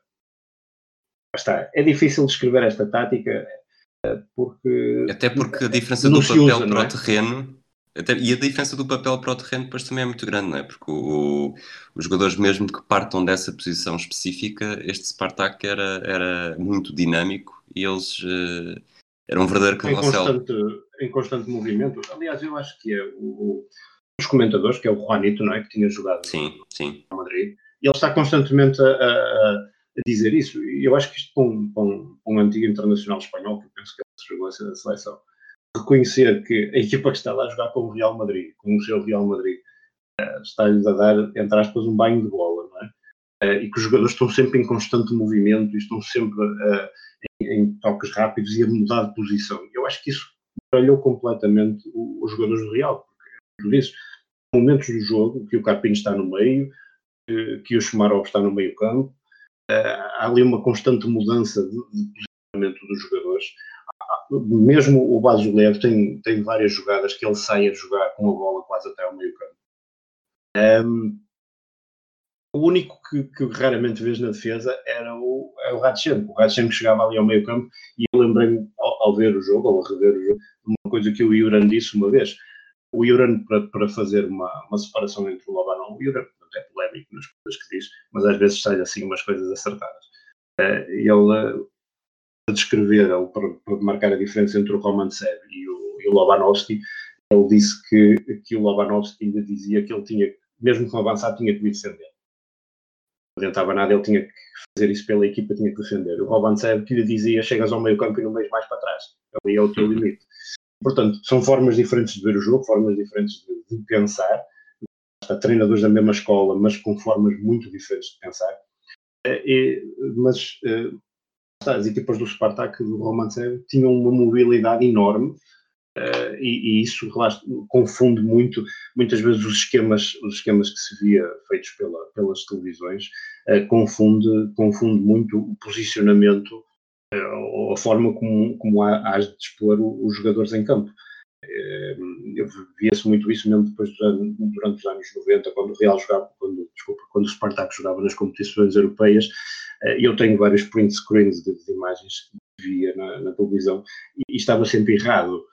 está. É difícil descrever esta tática uh, porque Até porque a diferença não do se papel usa, para não o é? terreno, até, e a diferença do papel para o terreno depois também é muito grande, não é? Porque o, o, os jogadores mesmo que partam dessa posição específica, este Spartak era, era muito dinâmico e eles uh, eram um verdadeiro Em carrossel. constante, em constante movimento. Aliás, eu acho que é o, o, os comentadores, que é o Juanito, não é? Que tinha jogado Sim, sim. no Madrid, e ele está constantemente a, a, a dizer isso. E eu acho que isto para um, para um, um antigo internacional espanhol, que eu penso que ele chegou a ser da seleção, reconhecer que a equipa que está lá a jogar com o Real Madrid, com o seu Real Madrid, uh, está-lhes a dar, entre aspas, um banho de bola, não é? Uh, e que os jogadores estão sempre em constante movimento e estão sempre uh, em, em toques rápidos e a mudar de posição. Eu acho que isso baralhou completamente o, os jogadores do Real, porque, por isso, momentos do jogo, que o Carpinho está no meio, que, que o Shmarov está no meio campo, uh, há ali uma constante mudança de, de posicionamento dos jogadores. Mesmo o Basilev tem, tem várias jogadas que ele sai a jogar com a bola quase até ao meio campo. Um, o único que, que raramente vês na defesa era o, é o Radchenko. O Radchenko chegava ali ao meio campo e eu lembrei-me ao, ao ver o jogo, ou a rever o jogo, de uma coisa que o Juran disse uma vez. O Juran, para, para fazer uma, uma separação entre o Lobanov, o Juran é polémico nas coisas que diz, mas às vezes sai assim umas coisas acertadas. Uh, ele, uh, a descrever, ele, para, para marcar a diferença entre o Romantsev e o, e o Lobanovski, ele disse que, que o Lobanovski ainda dizia que ele tinha, mesmo com avançado, tinha que defender. Não adiantava nada, ele tinha que fazer isso pela equipa, tinha que defender. O Romantsev que lhe dizia, chegas ao meio campo e não vais mais para trás. Ali é o teu limite. Portanto, são formas diferentes de ver o jogo, formas diferentes de, de pensar. Há treinadores da mesma escola, mas com formas muito diferentes de pensar. E, mas as equipas do Spartak do Romantsev tinham uma mobilidade enorme. Uh, e, e isso confunde muito, muitas vezes os esquemas, os esquemas que se via feitos pela, pelas televisões, uh, confunde, confunde muito o posicionamento uh, ou a forma como, como há, há de dispor os jogadores em campo. Eu via-se muito isso mesmo depois dos anos, durante os anos noventa, quando o Real jogava, quando, desculpa, quando o Spartak jogava nas competições europeias. Eu tenho vários print screens de, de imagens que via na, na televisão e, e estava sempre errado.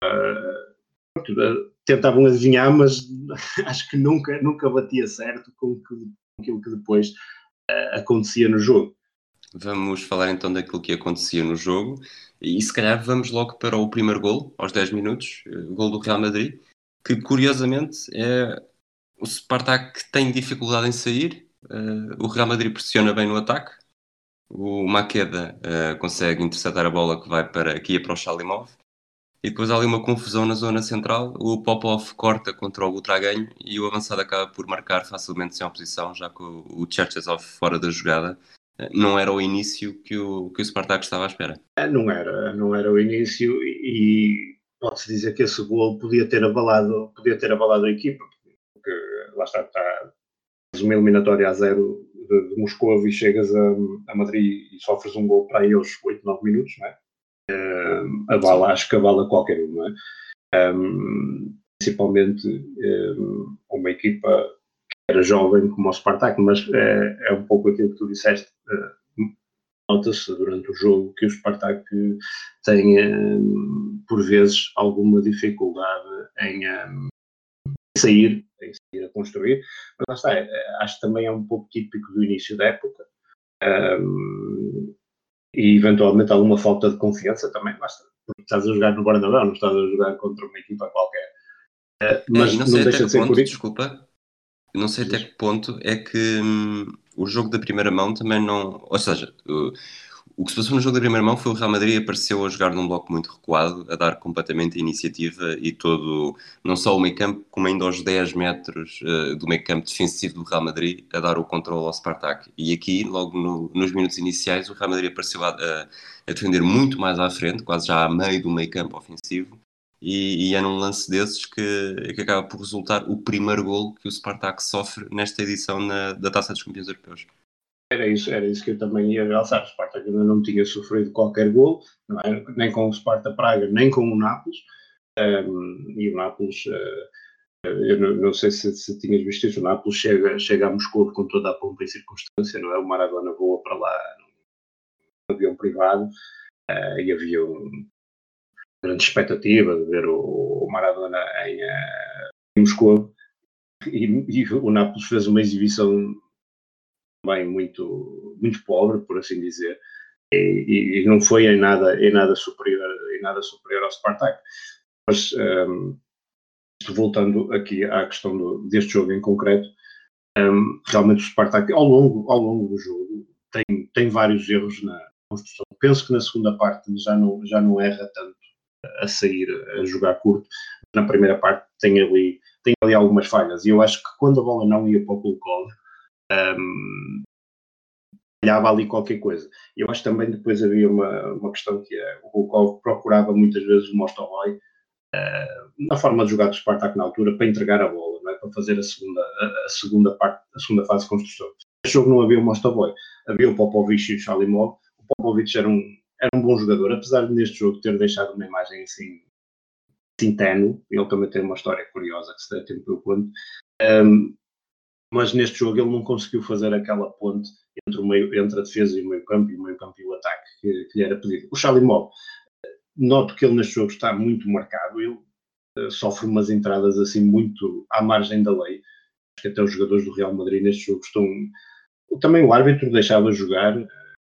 Uh, tentavam adivinhar, mas acho que nunca, nunca batia certo com, que, com aquilo que depois uh, acontecia no jogo. Vamos falar então daquilo que acontecia no jogo e se calhar vamos logo para o primeiro gol, aos dez minutos, o gol do Real Madrid, que curiosamente é o Spartak tem dificuldade em sair, uh, o Real Madrid pressiona bem no ataque, o Maqueda uh, consegue interceptar a bola que vai para, que ia para o Shalimov, e depois há ali uma confusão na zona central, o Popov corta contra o Butragueño e o avançado acaba por marcar facilmente sem oposição, já que o, o Cherchesov fora da jogada não era o início que o, que o Spartak estava à espera. Não era, não era o início e pode-se dizer que esse gol podia ter abalado, podia ter abalado a equipa, porque lá está, está uma eliminatória a zero de, de Moscou e chegas a, a Madrid e sofres um gol para aí aos oito, nove minutos, não é? Uh, a bala, acho que a bala qualquer um, não é? Um, principalmente um, uma equipa que era jovem como o Spartak, mas é, é um pouco aquilo que tu disseste. Uh, nota-se durante o jogo que o Spartak tem, um, por vezes, alguma dificuldade em um, sair, em sair a construir, mas lá está, é, acho que também é um pouco típico do início da época. Um, e eventualmente alguma falta de confiança também, basta, porque estás a jogar no Bernabéu, não estás a jogar contra uma equipa qualquer. Uh, mas é, não, não sei deixa até de ser ponto, por isso. Desculpa, não sei até que ponto é que hum, o jogo da primeira mão também não... Ou seja, o, o que se passou no jogo da primeira mão foi o Real Madrid apareceu a jogar num bloco muito recuado, a dar completamente a iniciativa e todo, não só o meio campo, como ainda aos dez metros uh, do meio campo defensivo do Real Madrid, a dar o controle ao Spartak. E aqui, logo no, nos minutos iniciais, o Real Madrid apareceu a, a, a defender muito mais à frente, quase já a meio do meio campo ofensivo. E, e é num lance desses que, que acaba por resultar o primeiro golo que o Spartak sofre nesta edição na, da Taça dos Campeões Europeus. Era isso, era isso que eu também ia realçar. O Spartak ainda não tinha sofrido qualquer golo, não é? Nem com o Sparta Praga, nem com o Nápoles. Um, e o Nápoles, uh, eu não, não sei se, se tinhas visto isso, o Nápoles chega, chega a Moscou com toda a pompa e circunstância, não é? O Maradona voa para lá num avião privado uh, e havia um grande expectativa de ver o, o Maradona em, uh, em Moscou e, e o Nápoles fez uma exibição também muito, muito pobre, por assim dizer, e, e não foi em nada, em nada superior, em nada superior ao Spartak. Mas um, voltando aqui à questão do, deste jogo em concreto, um, realmente o Spartak ao longo, ao longo do jogo tem, tem vários erros na construção. Penso que na segunda parte já não, já não erra tanto a sair, a jogar curto. Na primeira parte tem ali, tem ali algumas falhas. E eu acho que quando a bola não ia para o Kulkov, um, falhava ali qualquer coisa. Eu acho que também depois havia uma, uma questão que é, o Kulkov procurava muitas vezes o Mostovoy uh, na forma de jogar do Spartak na altura para entregar a bola, não é? Para fazer a segunda, a, a segunda parte, a segunda fase de construção. Neste jogo não havia o Mostovoy, havia o Popovic e o Shalimov. O Popovic era um, era um bom jogador, apesar de neste jogo ter deixado uma imagem assim, assim ténue. Ele também tem uma história curiosa que se der tempo eu conto. Um, mas neste jogo ele não conseguiu fazer aquela ponte entre, o meio, entre a defesa e o meio campo, e o meio campo e o ataque que, que lhe era pedido. O Shalimov, noto que ele neste jogo está muito marcado, ele uh, sofre umas entradas assim muito à margem da lei. Acho que até os jogadores do Real Madrid neste jogo estão... Também o árbitro deixava jogar.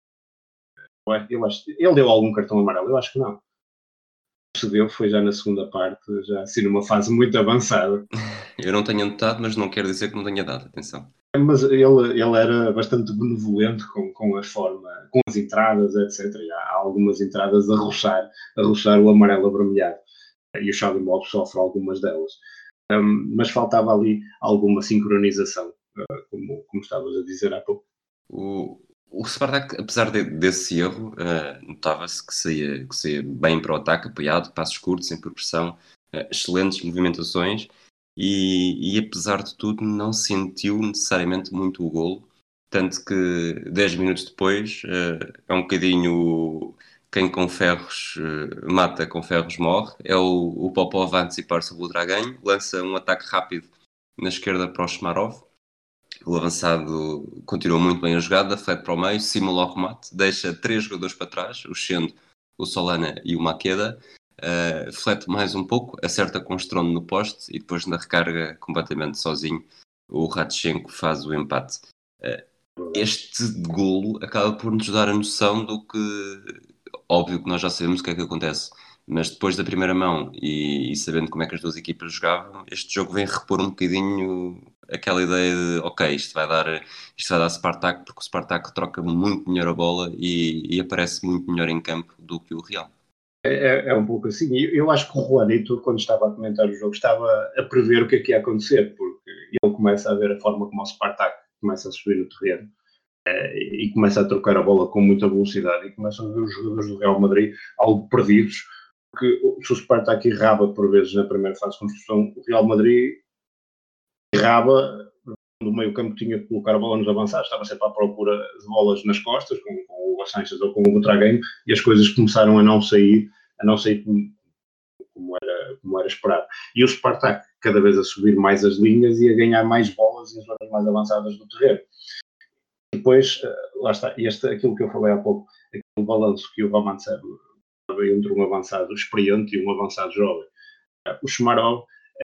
Uh, eu acho, ele deu algum cartão amarelo? Eu acho que não. Se deu foi já na segunda parte, já assim numa fase muito avançada. Eu não tenho notado, mas não quer dizer que não tenha dado, atenção. Mas ele, ele era bastante benevolente com, com a forma, com as entradas, etcétera. E há algumas entradas a roçar, a roçar o amarelo avermelhado. E o Shalimov sofre algumas delas. Um, mas faltava ali alguma sincronização, uh, como, como estavas a dizer há pouco. O, o Spartak, apesar de, desse erro, uh, notava-se que saía, que saía bem para o ataque, apoiado, passos curtos, sem progressão, uh, excelentes movimentações. E, e apesar de tudo não sentiu necessariamente muito o golo, tanto que dez minutos depois uh, é um bocadinho quem com ferros uh, mata, com ferros morre. É o, o Popov a antecipar sobre o Draganho, lança um ataque rápido na esquerda para o Shmarov. O avançado continua muito bem a jogada, flete para o meio, simula o remate, deixa três jogadores para trás, o Xendo, o Solana e o Maqueda. Uh, flete mais um pouco, acerta com o estrondo no poste e depois na recarga completamente sozinho o Radchenko faz o empate. Uh, este golo acaba por nos dar a noção do que, óbvio que nós já sabemos o que é que acontece, mas depois da primeira mão e, e sabendo como é que as duas equipas jogavam, este jogo vem repor um bocadinho aquela ideia de, ok, isto vai dar, isto vai dar Spartak, porque o Spartak troca muito melhor a bola e, e aparece muito melhor em campo do que o Real. É, é um pouco assim. Eu, eu acho que o Juanito, quando estava a comentar o jogo, estava a prever o que é que ia acontecer, porque ele começa a ver a forma como o Spartak começa a subir no terreno é, e começa a trocar a bola com muita velocidade e começa a ver os jogadores do Real Madrid algo perdidos, porque se o Spartak errava por vezes na primeira fase de construção, o Real Madrid errava no meio campo, tinha que colocar a bola nos avançados, estava sempre à procura de bolas nas costas, com, com o Sanches ou com o Butragueño, e as coisas começaram a não sair, a não sair como, como, era, como era esperado. E o Spartak, cada vez a subir mais as linhas e a ganhar mais bolas nas zonas mais avançadas do terreno. Depois, lá está, este, aquilo que eu falei há pouco, aquele balanço que o Romantsev entre um avançado experiente e um avançado jovem. O Shmarov,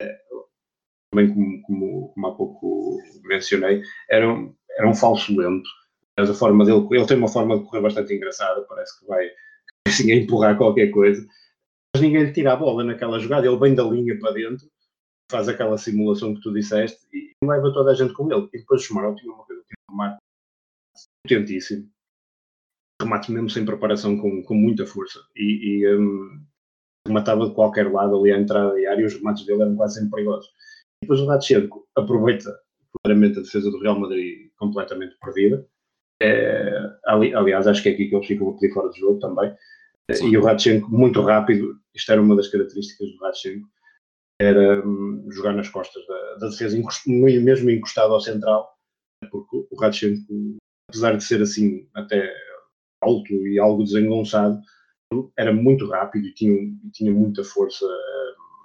também como, como, como há pouco mencionei, era um, era um falso lento. Mas a forma dele, ele tem uma forma de correr bastante engraçada, parece que vai assim, a empurrar qualquer coisa, mas ninguém lhe tira a bola naquela jogada, ele vem da linha para dentro, faz aquela simulação que tu disseste e leva toda a gente com ele. E depois o Shmarov tinha uma coisa, tinha um remate potentíssimo, remate mesmo sem preparação, com, com muita força, e, e um, rematava de qualquer lado ali à entrada da área, e os remates dele eram quase sempre perigosos. E depois o Radchenko aproveita claramente a defesa do Real Madrid completamente perdida. É, ali, aliás, acho que é aqui que eles ficam a pedir fora de jogo também. Sim. E o Radchenko, muito rápido, isto era uma das características do Radchenko, era um, jogar nas costas da, da defesa, mesmo encostado ao central, porque o Radchenko, apesar de ser assim até alto e algo desengonçado, era muito rápido e tinha, tinha muita força uh,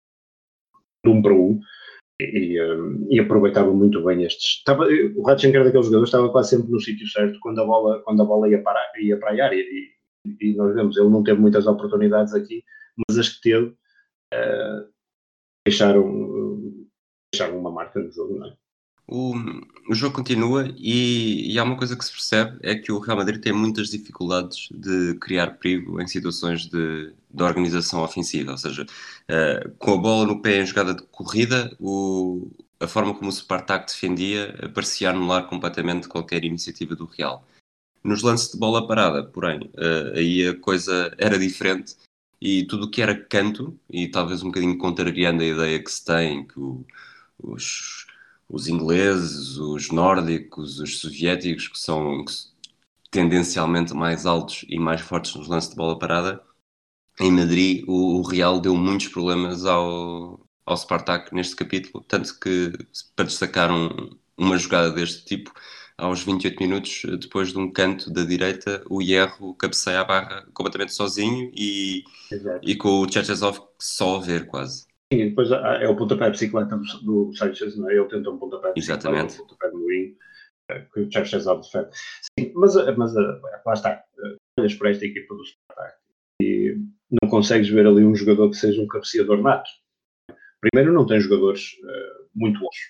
de um para um. E, um, e aproveitava muito bem estes. Estava, o Radchenko era daqueles jogadores, estava quase sempre no sítio certo quando a bola, quando a bola ia, para, ia para a área. E, e nós vemos, ele não teve muitas oportunidades aqui, mas as que teve uh, deixaram, uh, deixaram uma marca no jogo, não é? O, o jogo continua e, e há uma coisa que se percebe, é que o Real Madrid tem muitas dificuldades de criar perigo em situações de, de organização ofensiva, ou seja, uh, com a bola no pé em jogada de corrida, o, a forma como o Spartak defendia parecia anular completamente qualquer iniciativa do Real. Nos lances de bola parada, porém, uh, aí a coisa era diferente e tudo o que era canto, e talvez um bocadinho contrariando a ideia que se tem, que o, os os ingleses, os nórdicos, os soviéticos, que são tendencialmente mais altos e mais fortes nos lances de bola parada, em Madrid o, o Real deu muitos problemas ao, ao Spartak neste capítulo, tanto que, para destacar um, uma jogada deste tipo, aos vinte e oito minutos, depois de um canto da direita, o Hierro cabeceia a barra completamente sozinho e, e com o Cherchesov só a ver quase. Sim, e depois é o pontapé de bicicleta do, do Sanchez, não é? Ele tenta um pontapé de bicicleta, um pontapé de moinho, que o Cherchesov defende. Sim, mas, mas lá está, olhas para esta equipa do Spartak e não consegues ver ali um jogador que seja um cabeceador nato. Primeiro, não tem jogadores uh, muito bons.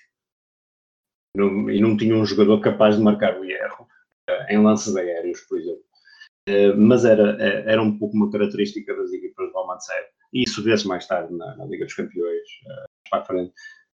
Não, e não tinha um jogador capaz de marcar o Hierro uh, em lances aéreos, por exemplo. Uh, mas era, era um pouco uma característica das equipas do Romantsev. E isso vê-se mais tarde na, na Liga dos Campeões, uh, para a frente.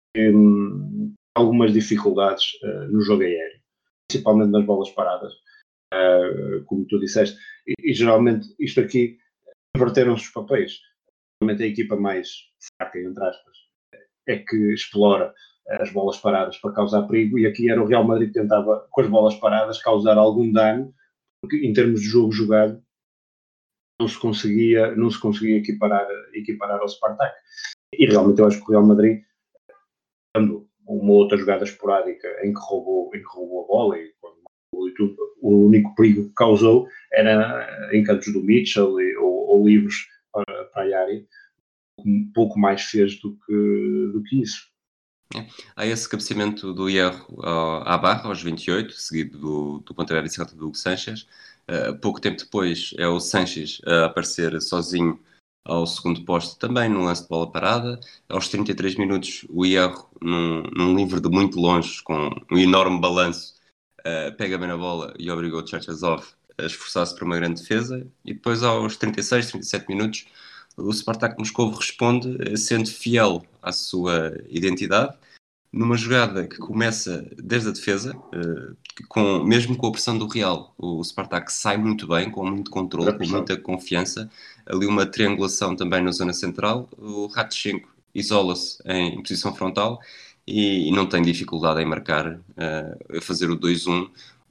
Um, algumas dificuldades uh, no jogo aéreo, principalmente nas bolas paradas, uh, como tu disseste. E, e geralmente isto aqui inverteram-se os papéis. Geralmente a equipa mais fraca, entre aspas, é que explora as bolas paradas para causar perigo, e aqui era o Real Madrid que tentava, com as bolas paradas, causar algum dano, porque em termos de jogo jogado não se conseguia, não se conseguia equiparar, equiparar ao Spartak. E realmente eu acho que o Real Madrid, dando uma outra jogada esporádica em que roubou, em que roubou a bola, e quando e tudo, o único perigo que causou era encantos do Mitchell e, ou, ou livros para, para a área, um pouco mais fez do que, do que isso. É. Há esse cabeceamento do Hierro à barra, aos vinte e oito, seguido do, do pontapé de bicicleta do Hugo Sanches. Uh, pouco tempo depois é o Sanches a aparecer sozinho ao segundo posto, também num lance de bola parada. Aos trinta e três minutos, o Hierro, num, num livre de muito longe, com um enorme balanço, uh, pega bem na bola e obrigou o Cherchesov a esforçar-se para uma grande defesa. E depois, aos trinta e seis, trinta e sete minutos, o Spartak Moscovo responde, sendo fiel à sua identidade, numa jogada que começa desde a defesa, uh, com, mesmo com a pressão do Real. O Spartak sai muito bem, com muito controle, com muita confiança. Ali uma triangulação também na zona central. O Radchenko isola-se em, em posição frontal e, e não tem dificuldade em marcar, uh, a fazer o dois um.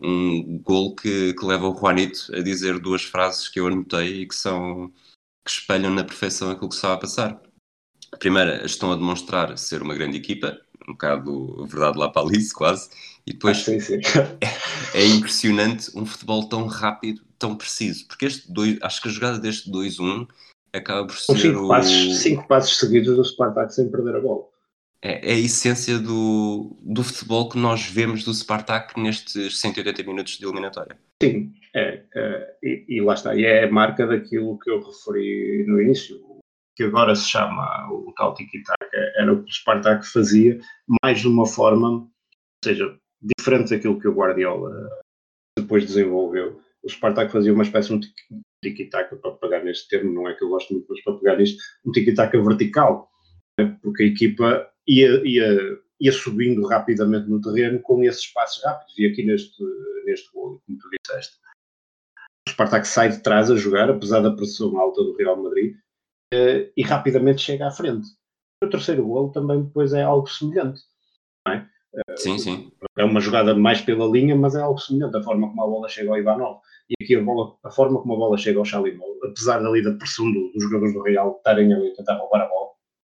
Um gol que, que leva o Juanito a dizer duas frases que eu anotei e que são... que espelham na perfeição aquilo que estava a passar. A primeira, estão a demonstrar ser uma grande equipa, um bocado verdade lá para Alice, quase, e depois ah, sim, sim. É, é impressionante um futebol tão rápido, tão preciso, porque este dois, acho que a jogada deste dois um acaba por ser cinco o... passos, cinco passos seguidos do Spartak sem perder a bola. É, é a essência do, do futebol que nós vemos do Spartak nestes cento e oitenta minutos de eliminatória. Sim, é, é e, e lá está, e é a marca daquilo que eu referi no início, que agora se chama o tal tiki-taka, era o que o Spartak fazia, mais de uma forma, ou seja, diferente daquilo que o Guardiola depois desenvolveu. O Spartak fazia uma espécie de tiki-taka, para pegar neste termo, não é que eu gosto muito, mas para pegar nisto, um tiki-taka vertical, né? Porque a equipa ia, ia, ia subindo rapidamente no terreno com esses passos rápidos, e aqui neste, neste gol, como tu disseste. O Spartak sai de trás a jogar, apesar da pressão alta do Real Madrid, e rapidamente chega à frente. O terceiro gol também depois é algo semelhante, não é? Sim, sim. É uma jogada mais pela linha, mas é algo semelhante, a forma como a bola chega ao Ivanov. E aqui a, bola, a forma como a bola chega ao Chalimov, apesar dali da pressão do, dos jogadores do Real estarem ali a tentar roubar a bola,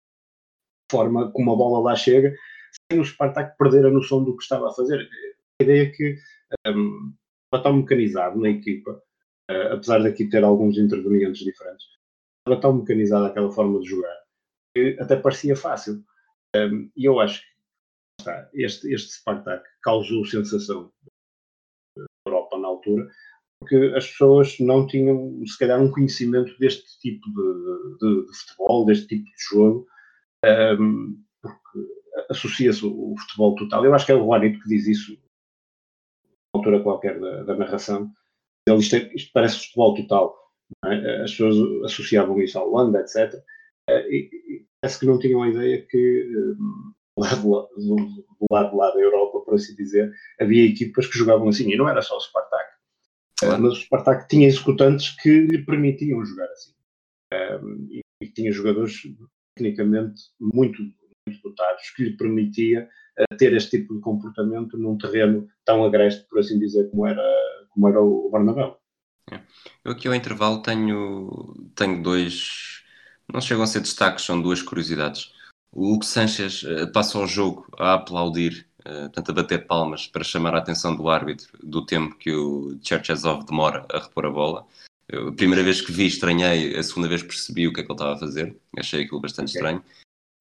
a forma como a bola lá chega, sem o Spartak perder a noção do que estava a fazer. A ideia é que um, estava tão mecanizado na equipa, uh, apesar daqui ter alguns intervenientes diferentes, estava tão mecanizada aquela forma de jogar, que até parecia fácil. Um, e eu acho que está, este, este Spartak causou sensação na Europa na altura, porque as pessoas não tinham, se calhar, um conhecimento deste tipo de, de, de futebol, deste tipo de jogo, um, porque associa-se o, o futebol total. Eu acho que é o Juanito que diz isso, na altura qualquer da, da narração. Ele, isto, é, isto parece futebol total. Não é? As pessoas associavam isso à Holanda, etcétera. E, e parece que não tinham a ideia que um, do, lado, do, do lado de lá da Europa, por assim dizer, havia equipas que jogavam assim. E não era só o Spartak. Claro. Mas o Spartak tinha executantes que lhe permitiam jogar assim. Um, e, e tinha jogadores tecnicamente muito, muito dotados que lhe permitia uh, ter este tipo de comportamento num terreno tão agreste, por assim dizer, como era, como era o Bernabéu. É. Eu aqui ao intervalo tenho, tenho dois, não chegam a ser destaques, são duas curiosidades. O Hugo Sanches uh, passa o jogo a aplaudir, uh, portanto a bater palmas para chamar a atenção do árbitro do tempo que o Cherchesov demora a repor a bola. Eu, a primeira vez que vi estranhei, a segunda vez percebi o que é que ele estava a fazer, achei aquilo bastante okay. estranho.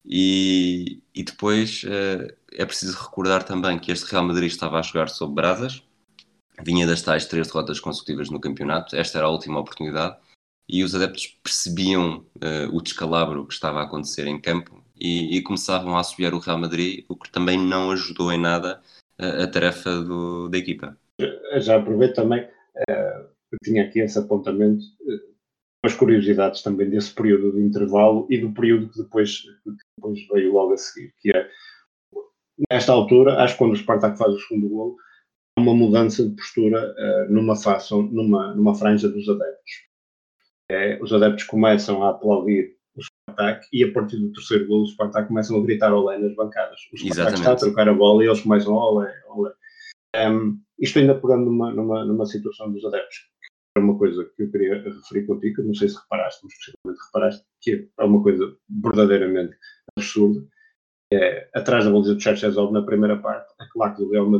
E, e depois uh, é preciso recordar também que este Real Madrid estava a jogar sob brasas, vinha das tais três derrotas consecutivas no campeonato, esta era a última oportunidade, e os adeptos percebiam uh, o descalabro que estava a acontecer em campo e, e começavam a assobiar o Real Madrid, o que também não ajudou em nada uh, a tarefa do, da equipa. Já aproveito também, uh, eu tinha aqui esse apontamento, uh, as curiosidades também desse período de intervalo e do período que depois, que depois veio logo a seguir, que é, nesta altura, acho que quando o Spartak faz o segundo golo, há uma mudança de postura uh, numa, fação, numa, numa franja dos adeptos. É, os adeptos começam a aplaudir o Spartak e a partir do terceiro golo o Spartak começam a gritar olé nas bancadas. O Spartak Exatamente. Está a trocar a bola e eles começam a olé, olé. Um, isto ainda pegando numa, numa, numa situação dos adeptos, que é uma coisa que eu queria referir contigo, que não sei se reparaste, mas possivelmente reparaste, que é uma coisa verdadeiramente absurda. É, atrás da baliza do Cherchesov na primeira parte, a claque do Real Madrid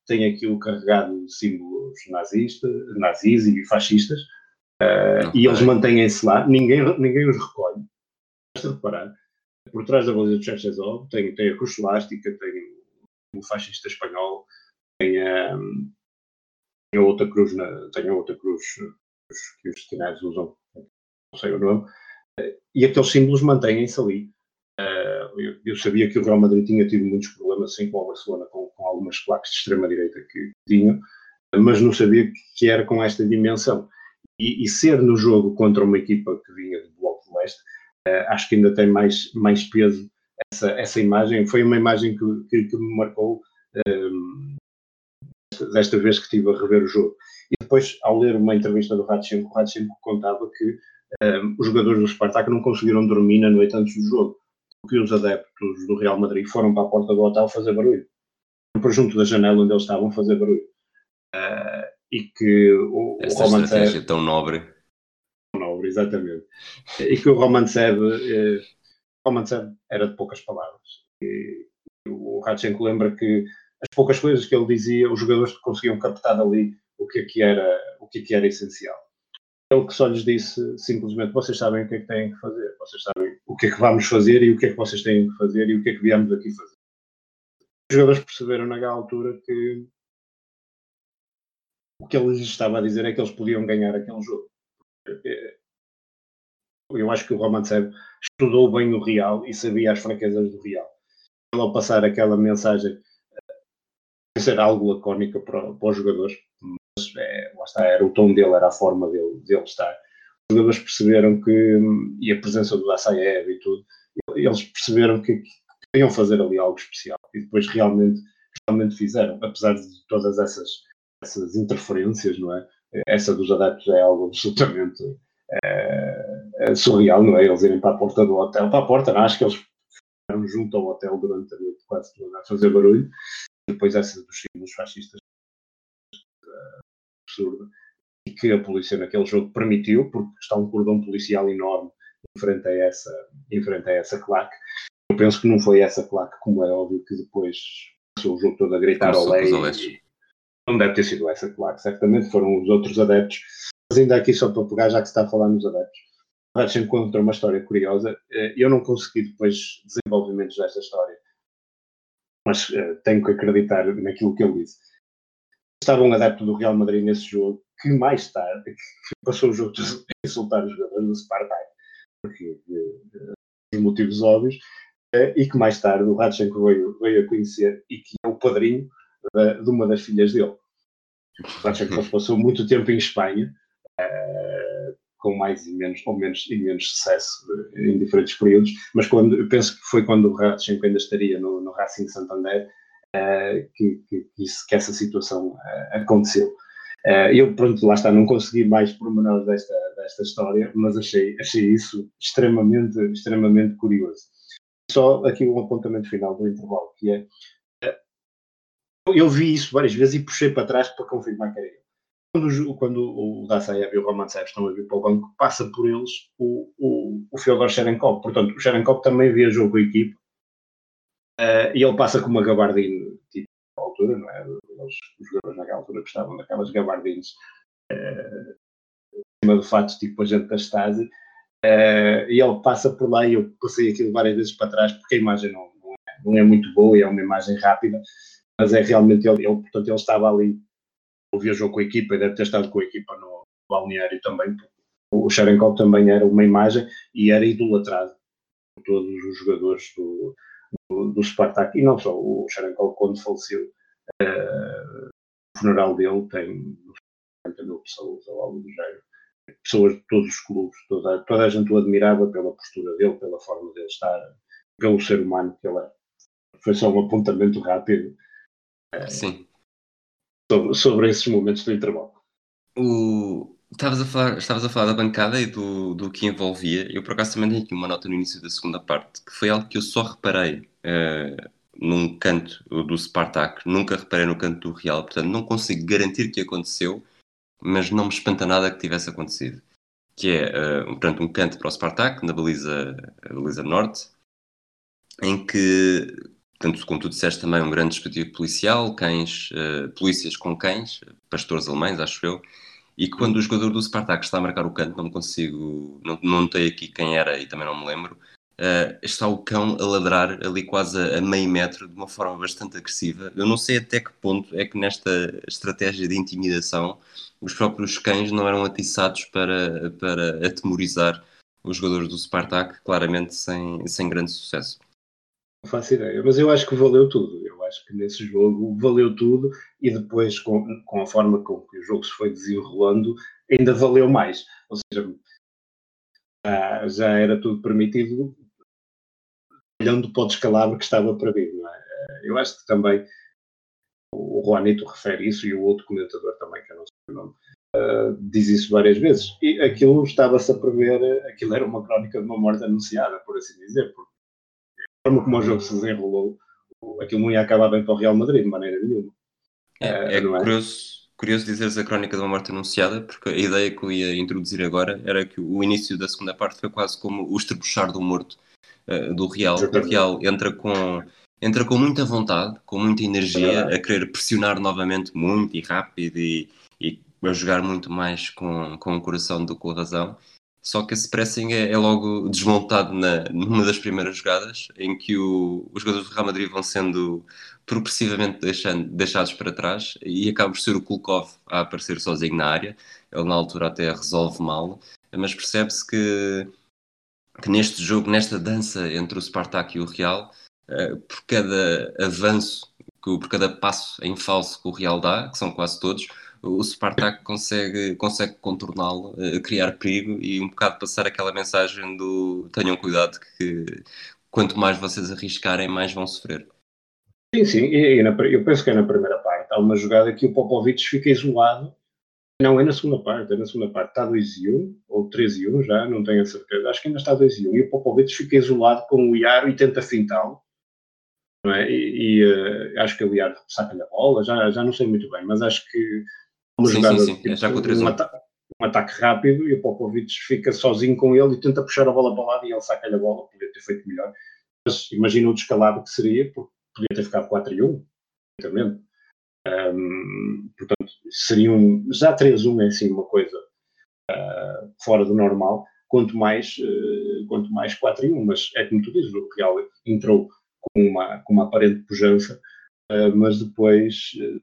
tem aquilo carregado de símbolos nazistas, nazis e fascistas, uh, okay. E eles mantêm-se lá, ninguém, ninguém os recolhe. Basta reparar, por trás da baliza de Chechezov tem, tem a cruz suástica, tem o fascista espanhol, tem a, tem a outra cruz, na, tem a outra cruz que os destinados usam, não sei o nome, e aqueles símbolos mantêm-se ali. Uh, eu, eu sabia que o Real Madrid tinha tido muitos problemas, assim, com o Barcelona, com, com algumas placas de extrema-direita que tinham, mas não sabia que era com esta dimensão. E, e ser no jogo contra uma equipa que vinha do Bloco de Leste, uh, acho que ainda tem mais, mais peso essa, essa imagem. Foi uma imagem que, que, que me marcou um, desta vez que estive a rever o jogo. E depois, ao ler uma entrevista do Radchenko, o Radchenko contava que um, os jogadores do Spartak não conseguiram dormir na noite antes do jogo, porque os adeptos do Real Madrid foram para a porta do hotel fazer barulho. Para junto da janela onde eles estavam fazer barulho. Uh, e que o, Essa o estratégia tão nobre. Tão nobre, exatamente. E que o Romantsev, eh, Romantsev era de poucas palavras. E, e o Radchenko lembra que as poucas coisas que ele dizia, os jogadores conseguiam captar dali o que é que era, o que é que era essencial. Ele que só lhes disse simplesmente: vocês sabem o que é que têm que fazer, vocês sabem o que é que vamos fazer e o que é que vocês têm que fazer e o que é que viemos aqui fazer. Os jogadores perceberam naquela altura que o que ele lhes estava a dizer é que eles podiam ganhar aquele jogo. Eu acho que o Romantsev estudou bem o Real e sabia as fraquezas do Real. Ele, ao passar aquela mensagem, ser algo lacónica para, para os jogadores, mas é, lá está, era o tom dele, era a forma dele, dele estar. Os jogadores perceberam que, e a presença do Assaev e tudo, eles perceberam que, que queriam fazer ali algo especial e depois realmente, realmente fizeram, apesar de todas essas, essas interferências, não é? Essa dos adeptos é algo absolutamente é, é surreal, não é? Eles irem para a porta do hotel, para a porta, não, acho que eles ficaram junto ao hotel durante a noite quase toda a fazer barulho. Depois essa dos símbolos fascistas uh, absurda, e que a polícia naquele jogo permitiu, porque está um cordão policial enorme em frente a essa, em frente a essa claque. Eu penso que não foi essa claque, como é óbvio, que depois passou o jogo todo a gritar ao lei. Não deve ter sido essa claque, certamente foram os outros adeptos. Mas ainda aqui, só para pegar, já que se está a falar nos adeptos, o Radchenko conta uma história curiosa. Eu não consegui depois desenvolvimentos desta história, mas uh, tenho que acreditar naquilo que ele disse. Estava um adepto do Real Madrid nesse jogo, que mais tarde passou o jogo a insultar os jogadores do Spartak, porque, uh, por motivos óbvios, uh, e que mais tarde o Radchenko veio, veio a conhecer e que é o padrinho uh, de uma das filhas dele. O Radchenko passou muito tempo em Espanha, uh, com mais e menos, ou menos, e menos sucesso uh, em diferentes períodos, mas quando, eu penso que foi quando o Radchenko ainda estaria no, no Racing Santander uh, que, que, que, isso, que essa situação uh, aconteceu. Uh, eu, pronto, lá está, não consegui mais pormenores desta, desta história, mas achei, achei isso extremamente, extremamente curioso. Só aqui um apontamento final do intervalo, que é, uh, eu vi isso várias vezes e puxei para trás para confirmar que era eu. Quando, quando o Dassaev e o Romantsev estão a vir para o banco, passa por eles o, o, o Fyodor Cherenkov. Portanto, o Cherenkov também viajou com a equipe uh, e ele passa com uma gabardine tipo, à altura, não é? Os, os jogadores naquela altura gostavam daquelas gabardines uh, em cima do fato, tipo agente da Stasi, uh, e ele passa por lá e eu passei aquilo várias vezes para trás porque a imagem não, não, é, não é muito boa e é uma imagem rápida, mas é realmente ele, ele portanto, ele estava ali. Viajou com a equipa e deve ter estado com a equipa no balneário também. O Cherenkov também era uma imagem e era idolatrado por todos os jogadores do, do, do Spartak. E não só, o Cherenkov, quando faleceu, uh, o funeral dele tem quarenta mil pessoas ou algo do género. Pessoas de todos os clubes, toda, toda a gente o admirava pela postura dele, pela forma dele estar, pelo ser humano que ele é. Foi só um apontamento rápido. Uh, Sim. Sobre, sobre esses momentos do intervalo. O... Estavas, a falar, estavas a falar da bancada e do, do que envolvia. Eu, por acaso, também tenho aqui uma nota no início da segunda parte, que foi algo que eu só reparei uh, num canto do Spartak, nunca reparei no canto do Real, portanto não consigo garantir que aconteceu, mas não me espanta nada que tivesse acontecido. Que é, uh, portanto, um canto para o Spartak, na baliza, a baliza norte, em que Tanto como tu disseste também, um grande dispositivo policial, cães, uh, polícias com cães, pastores alemães, acho eu, e que quando o jogador do Spartak está a marcar o canto, não me consigo, não, não notei aqui quem era e também não me lembro, uh, está o cão a ladrar ali quase a, a meio metro de uma forma bastante agressiva. Eu não sei até que ponto é que nesta estratégia de intimidação os próprios cães não eram atiçados para, para atemorizar os jogadores do Spartak, claramente sem, sem grande sucesso. Não faço ideia, mas eu acho que valeu tudo. Eu acho que nesse jogo valeu tudo e depois, com, com a forma com que o jogo se foi desenrolando, ainda valeu mais. Ou seja, já, já era tudo permitido, olhando para o descalabro que estava para vir, não é? Eu acho que também o Juanito refere isso e o outro comentador também, que eu não sei o nome, uh, diz isso várias vezes. E aquilo estava-se a prever, aquilo era uma crónica de uma morte anunciada, por assim dizer, porque a forma como o jogo se desenrolou, aquilo não ia acabar bem para o Real Madrid, de maneira nenhuma. É, Uh, é não é? curioso, curioso dizeres a crónica de uma morte anunciada, porque a ideia que eu ia introduzir agora era que o início da segunda parte foi quase como o estrebuchar do morto uh, do Real. O Exatamente. Real entra com, entra com muita vontade, com muita energia, É a querer pressionar novamente muito e rápido e, e a jogar muito mais com, com o coração do que com a razão. Só que esse pressing é, é logo desmontado na, numa das primeiras jogadas, em que o, os jogadores do Real Madrid vão sendo progressivamente deixando, deixados para trás e acaba por ser o Kulkov a aparecer sozinho na área. Ele na altura até resolve mal, mas percebe-se que, que neste jogo, nesta dança entre o Spartak e o Real, uh, por cada avanço, por cada passo em falso que o Real dá, que são quase todos, o Spartak consegue, consegue contorná-lo, uh, criar perigo e um bocado passar aquela mensagem do tenham cuidado que quanto mais vocês arriscarem, mais vão sofrer. Sim, sim, e, e na, eu penso que é na primeira parte. Há uma jogada que o Popovic fica isolado. Não, é na segunda parte, é na segunda parte. Está dois e um, ou três e um já, não tenho a certeza. Acho que ainda está dois e um. E o Popovic fica isolado com o Iaro e tenta fintá-lo. Não é? E, e uh, acho que o Iaro saca-lhe a bola, já, já não sei muito bem, mas acho que uma Sim, sim, jogada sim, de é tipo, já com o três um, a um. ata um ataque rápido e o Popovic fica sozinho com ele e tenta puxar a bola para o lado e ele saca-lhe a bola, podia ter feito melhor. Mas imagina o descalabro que seria, porque podia ter ficado quatro e um, exatamente. Um, portanto, seriam já três a um é assim uma coisa uh, fora do normal, quanto mais, uh, quanto mais quatro a um, mas é como tu dizes, o Real entrou com uma, com uma aparente pujança, uh, mas depois uh,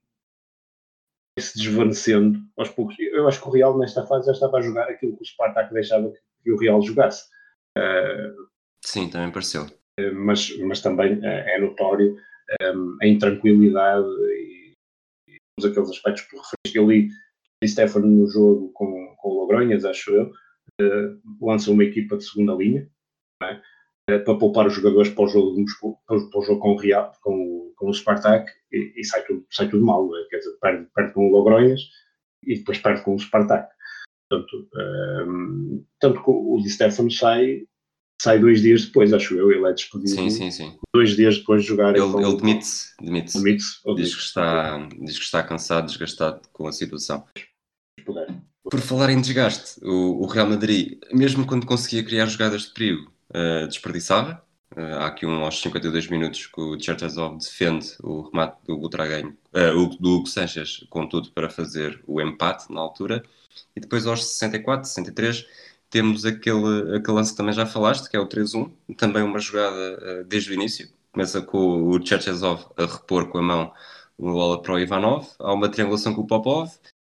se desvanecendo aos poucos. Eu acho que o Real nesta fase já estava a jogar aquilo que o Spartak deixava que, que o Real jogasse. Uh, Sim, também pareceu. mas, mas também uh, é notório um, a intranquilidade e, e todos aqueles aspectos que tu referiste. Eu li Di Stefano no jogo com, com o Logronhas, acho eu, uh, lança uma equipa de segunda linha, não é? uh, para poupar os jogadores para o jogo de Moscou, para, para o jogo com o Real, com, com o Spartak, e, e sai, tudo, sai tudo mal, é? Quer dizer, perde, perde com o Logronhas e depois perde com o Spartak. Portanto, um, tanto que o Di Stefano sai, sai dois dias depois, acho eu, ele é despedido Sim, sim, sim. dois dias depois de jogarem Ele, ele com, com demite-se, demite-se. Demite-se ou Diz que demite-se, ok, está, diz que está cansado, desgastado com a situação. se puder. Por falar em desgaste, o, o Real Madrid, mesmo quando conseguia criar jogadas de perigo, uh, desperdiçava. Uh, há aqui um aos cinquenta e dois minutos que o Cherchesov defende o remate do Butragueño, uh, o, do Hugo Sánchez, com tudo para fazer o empate na altura. E depois aos sessenta e quatro, sessenta e três, temos aquele, aquele lance que também já falaste, que é o três a um. Também uma jogada uh, desde o início. Começa com o Cherchesov a repor com a mão uma bola para o Ivanov. Há uma triangulação com o Popov.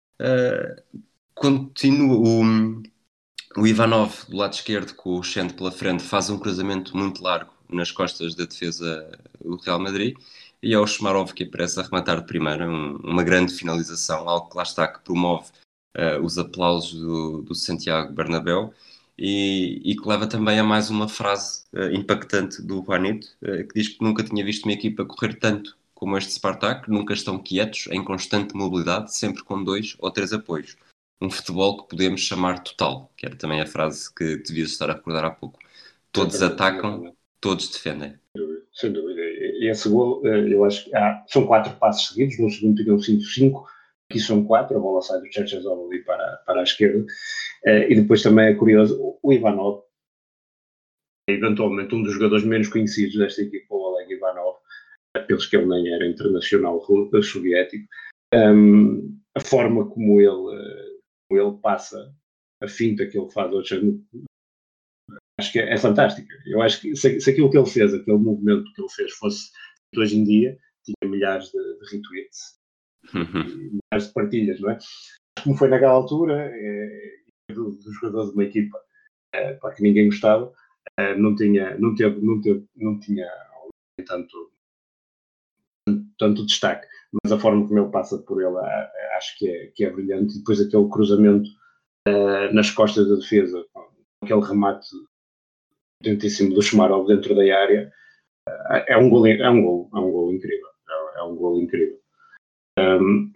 Uh, continua o, o Ivanov do lado esquerdo com o Xande pela frente faz um cruzamento muito largo nas costas da defesa do Real Madrid e é o Shmarov que aparece a rematar de primeira, um, uma grande finalização, algo que lá está que promove uh, os aplausos do, do Santiago Bernabéu e, e que leva também a mais uma frase uh, impactante do Juanito, uh, que diz que nunca tinha visto uma equipa correr tanto como este Spartak, nunca estão quietos, em constante mobilidade, sempre com dois ou três apoios. Um futebol que podemos chamar total, que era também a frase que devias estar a recordar há pouco. Todos Exatamente, atacam, exatamente. todos defendem. Sem dúvida. E esse gol, eu acho que há, são quatro passos seguidos, no segundo tinham sido cinco, aqui são quatro, a bola sai do Cherchesov ali para, para a esquerda, e depois também é curioso, o Ivanov, eventualmente um dos jogadores menos conhecidos desta equipa, o Oleg Ivanov, penso que ele nem era internacional soviético, um, a forma como ele, como ele passa, a finta que ele faz ao Chang, acho que é, é fantástica. Eu acho que se, se aquilo que ele fez, aquele movimento que ele fez, fosse hoje em dia, tinha milhares de, de retweets, Uhum. milhares de partilhas, não é? Como foi naquela altura, é, do, do jogador de uma equipa é, para que ninguém gostava, é, não tinha, não teve, não teve, não tinha tanto, tanto destaque, mas a forma como ele passa por ele, acho que é, que é brilhante. E depois aquele cruzamento é, nas costas da defesa, aquele remate potentíssimo do Shumarov dentro da área, é um gol, é um gol, é um gol incrível, é, é um gol incrível. Um,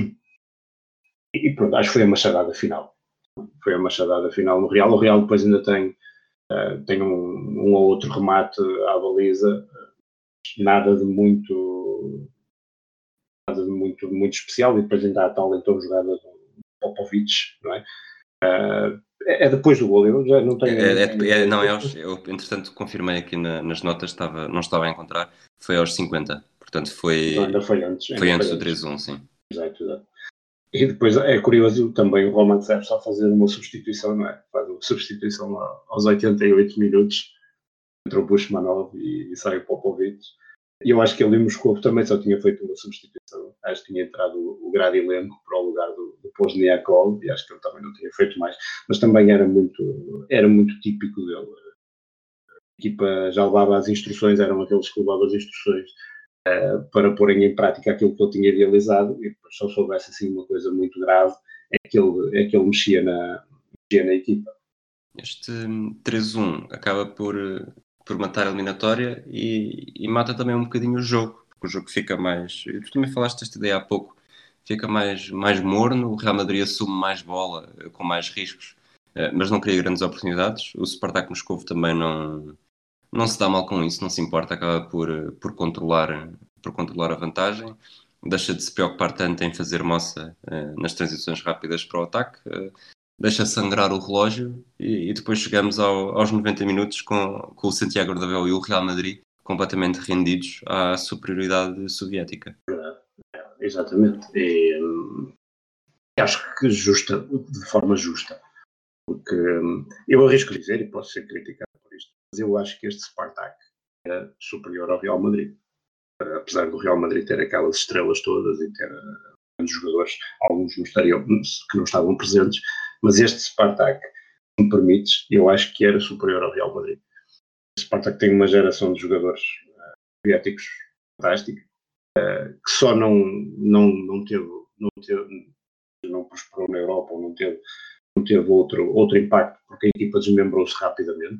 e pronto, acho que foi a machadada final. Foi a machadada final no Real. O Real depois ainda tem, uh, tem um, um ou outro remate à baliza, nada de muito nada de muito, muito especial, e depois ainda há a tal então jogada do Popovic, não é? Uh, é depois do gol, eu já não tenho... É, não, é, tenho é, não, é aos, eu entretanto confirmei aqui na, nas notas, estava, não estava a encontrar, foi aos cinquenta, portanto então ainda foi, foi antes, foi ainda antes foi do antes. três a um, sim. Exato, exato. E depois é curioso também o Roman serve só fazer uma substituição, não é? Faz uma substituição aos oitenta e oito minutos, entra o Bushmanov e, e sai o Popovic. E eu acho que ele em Moscou também só tinha feito uma substituição. Acho que tinha entrado o, o Gradilenko para o lugar do, do Pozniakov, e acho que ele também não tinha feito mais. Mas também era muito, era muito típico dele. A equipa já levava as instruções, eram aqueles que levavam as instruções uh, para porem em prática aquilo que ele tinha idealizado, e depois só soubesse assim uma coisa muito grave, é que ele, é que ele mexia, na, mexia na equipa. Este três a um acaba por, por matar a eliminatória e, e mata também um bocadinho o jogo, porque o jogo fica mais... Tu também falaste desta ideia há pouco, fica mais, mais morno, o Real Madrid assume mais bola, com mais riscos, mas não cria grandes oportunidades. O Spartak Moscovo também não, não se dá mal com isso, não se importa, acaba por, por, controlar, por controlar a vantagem, deixa de se preocupar tanto em fazer moça nas transições rápidas para o ataque, deixa sangrar o relógio e, e depois chegamos ao, aos noventa minutos com, com o Santiago Bernabéu e o Real Madrid completamente rendidos à superioridade soviética. Exatamente. E, hum, acho que justa, de forma justa, porque hum, eu arrisco dizer, e posso ser criticado por isto, mas eu acho que este Spartak é superior ao Real Madrid. Apesar do Real Madrid ter aquelas estrelas todas e ter uh, grandes jogadores, alguns não estariam, que não estavam presentes, mas este Spartak, se me permites, eu acho que era superior ao Real Madrid. O Spartak tem uma geração de jogadores uh, soviéticos fantástica, uh, que só não, não, não teve, não teve, não prosperou na Europa, ou não teve, não teve outro, outro impacto, porque a equipa desmembrou-se rapidamente.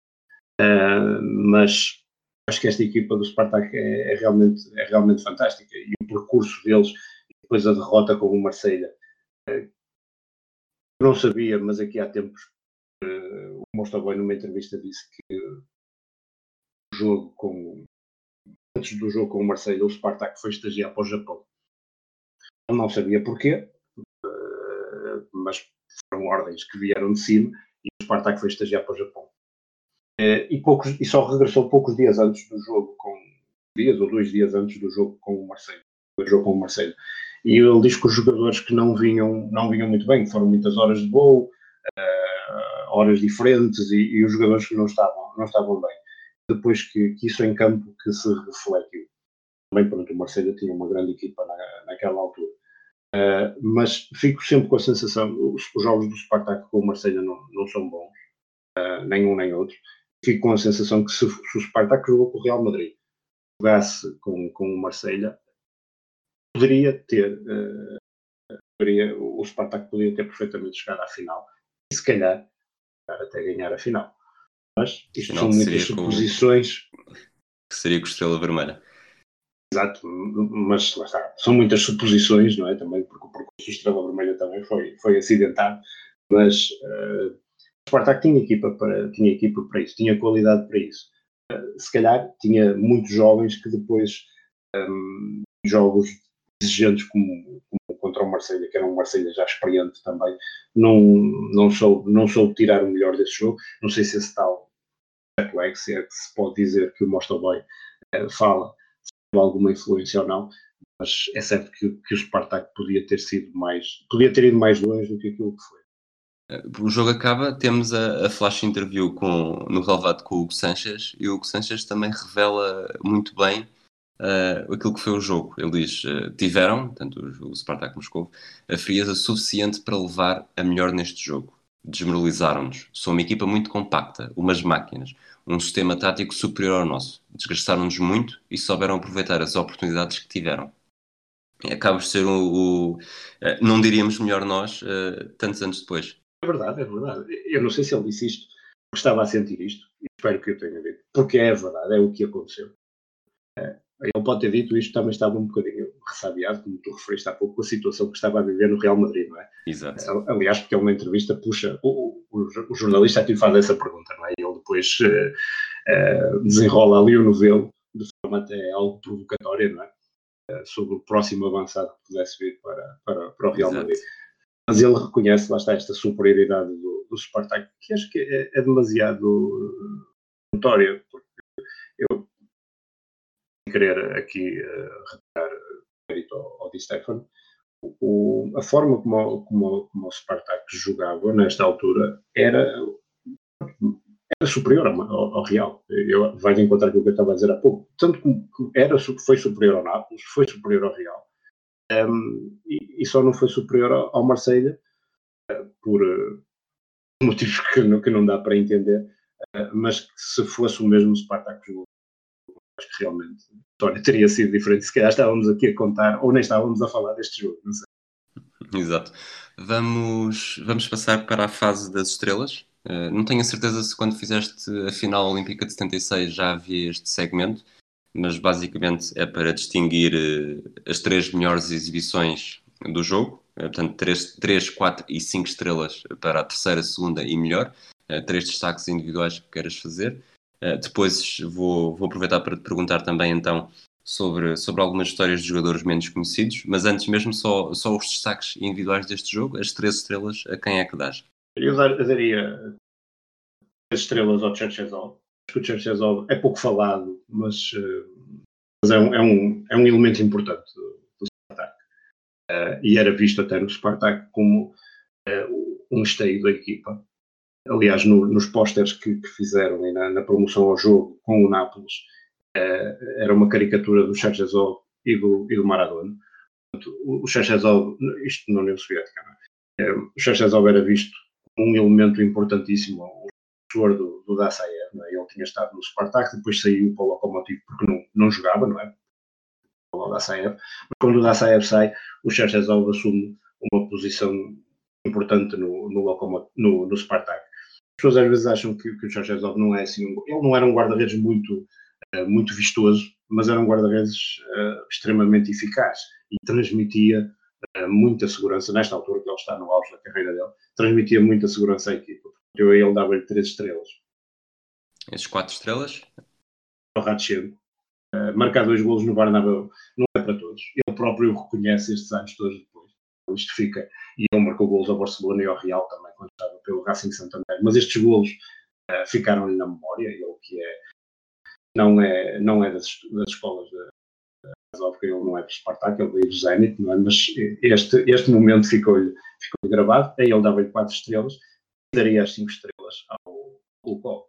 Uh, mas acho que esta equipa do Spartak é, é, realmente, é realmente fantástica, e o percurso deles, depois a derrota com o Marselha, uh, não sabia, mas aqui há tempos uh, o Mostovoy numa entrevista disse que o jogo com antes do jogo com o Marselha, o Spartak foi estagiar para o Japão. Ele não sabia porquê, uh, mas foram ordens que vieram de cima, e o Spartak foi estagiar para o Japão. Uh, e, poucos, e só regressou poucos dias antes do jogo com dias ou dois dias antes do jogo com o Marselha, do jogo com o Marselha. E ele diz que os jogadores que não vinham, não vinham muito bem, foram muitas horas de voo, uh, horas diferentes, e, e os jogadores que não estavam, não estavam bem. Depois que, que isso em campo que se refletiu. Também, pronto, o Marselha tinha uma grande equipa na, naquela altura. Uh, mas fico sempre com a sensação, os, os jogos do Spartak com o Marselha não, não são bons, uh, nem um nem outro. Fico com a sensação que se, se o Spartak jogou com o Real Madrid, jogasse com, com o Marselha, poderia ter, uh, poderia, o Spartak poderia ter perfeitamente chegado à final, e se calhar até ganhar a final. Mas isto Final são que muitas seria suposições. Com, que seria com Estrela Vermelha. Exato, mas lá está, são muitas suposições, não é? Também porque o percurso do Estrela Vermelha também foi, foi acidentado, mas uh, o Spartak tinha equipa, para, tinha equipa para isso, tinha qualidade para isso. Uh, se calhar tinha muitos jovens que depois, um, jogos exigentes como, como contra o Marselha, que era um Marselha já experiente também, não, não, soube, não soube tirar o melhor desse jogo. Não sei se esse tal se é que se pode dizer que o Mostovoy uh, fala, alguma influência ou não, mas é certo que, que o Spartak podia ter sido mais, podia ter ido mais longe do que aquilo que foi. O jogo acaba, temos a, a flash interview com, no relevado com o Hugo Sanches, e o Hugo Sanches também revela muito bem uh, aquilo que foi o jogo. Ele diz, uh, tiveram, portanto o, o Spartak Moscovo, a frieza suficiente para levar a melhor neste jogo. Desmoralizaram-nos. São uma equipa muito compacta, umas máquinas, um sistema tático superior ao nosso. Desgastaram-nos muito e souberam aproveitar as oportunidades que tiveram. Acaba por ser o, o uh, não diríamos melhor nós, uh, tantos anos depois. É verdade, é verdade. Eu não sei se ele disse isto porque estava a sentir isto, e espero que eu tenha dito, porque é verdade, é o que aconteceu. É, ele pode ter dito isto, também estava um bocadinho ressabiado, como tu referiste há pouco, com a situação que estava a viver no Real Madrid, não é? Exato. Aliás, porque ele na entrevista puxa, o, o, o jornalista aqui faz essa pergunta, não é? E ele depois uh, uh, desenrola ali o novelo, de forma até algo provocatória, não é? Uh, sobre o próximo avançado que pudesse vir para, para, para o Real Exato. Madrid. Mas ele reconhece, lá está, esta superioridade do, do Spartak, que acho que é, é demasiado notória, porque eu, sem querer aqui uh, retirar mérito ao, ao Di Stefano, o, a forma como, como, como o Spartak jogava nesta altura era, era superior ao, ao Real. Eu, vais encontrar aquilo que eu estava a dizer há pouco. Tanto que era, foi superior ao Nápoles, foi superior ao Real. Um, e, e só não foi superior ao, ao Marselha por uh, motivos que não, que não dá para entender, uh, mas que se fosse o mesmo Spartak jogou, acho que realmente a história teria sido diferente. Se calhar estávamos aqui a contar, ou nem estávamos a falar deste jogo, não sei. Exato. Vamos, vamos passar para a fase das estrelas. Uh, não tenho a certeza se quando fizeste a final olímpica de setenta e seis já havia este segmento, mas basicamente é para distinguir uh, as três melhores exibições do jogo. Uh, portanto, três, quatro e cinco estrelas para a terceira, segunda e melhor. Uh, três destaques individuais que queiras fazer. Uh, depois vou, vou aproveitar para te perguntar também então sobre, sobre algumas histórias de jogadores menos conhecidos, mas antes mesmo só, só os destaques individuais deste jogo, as três estrelas, a quem é que dás? Eu daria as estrelas ao Cherchezov. Acho que o Cherchezov é pouco falado, mas, uh, mas é, um, é, um, é um elemento importante do, do Spartak. Uh, e era visto até no Spartak como uh, um esteio da equipa. Aliás, no, nos pósteres que, que fizeram e na, na promoção ao jogo com o Nápoles, uh, era uma caricatura do Cherchezov e do, e do Maradona. Portanto, o, o Cherchezov, isto na União Soviética, não é? Uh, o Cherchezov era visto como um elemento importantíssimo, um jogador do, do Dassaev, não é? Ele tinha estado no Spartak, depois saiu para o Lokomotiv porque não, não jogava, não é? O Dassaev. Mas quando o Dassaev sai, o Cherchezov assume uma posição importante no, no, no, no Spartak. As pessoas às vezes acham que, que o Cherchezov não é assim, ele não era um guarda-redes muito, uh, muito vistoso, mas era um guarda-redes uh, extremamente eficaz e transmitia uh, muita segurança, nesta altura que ele está no auge da carreira dele, transmitia muita segurança à equipa. Eu a ele dava-lhe três estrelas. Esses quatro estrelas? O Ratchenko. Uh, marcar dois golos no Bernabéu não é para todos. Ele próprio reconhece estes anos todos depois. Isto fica. E ele marcou golos ao Barcelona e ao Real também, quando estava pelo Racing Santander. Mas estes golos uh, ficaram-lhe na memória. Ele que é, não é, não é das, das escolas da Azov, ele não é do Spartak, ele veio do Zenit, não é? Mas este, este momento ficou-lhe ficou gravado. Aí ele dava-lhe quatro estrelas e daria as cinco estrelas ao Kulkov.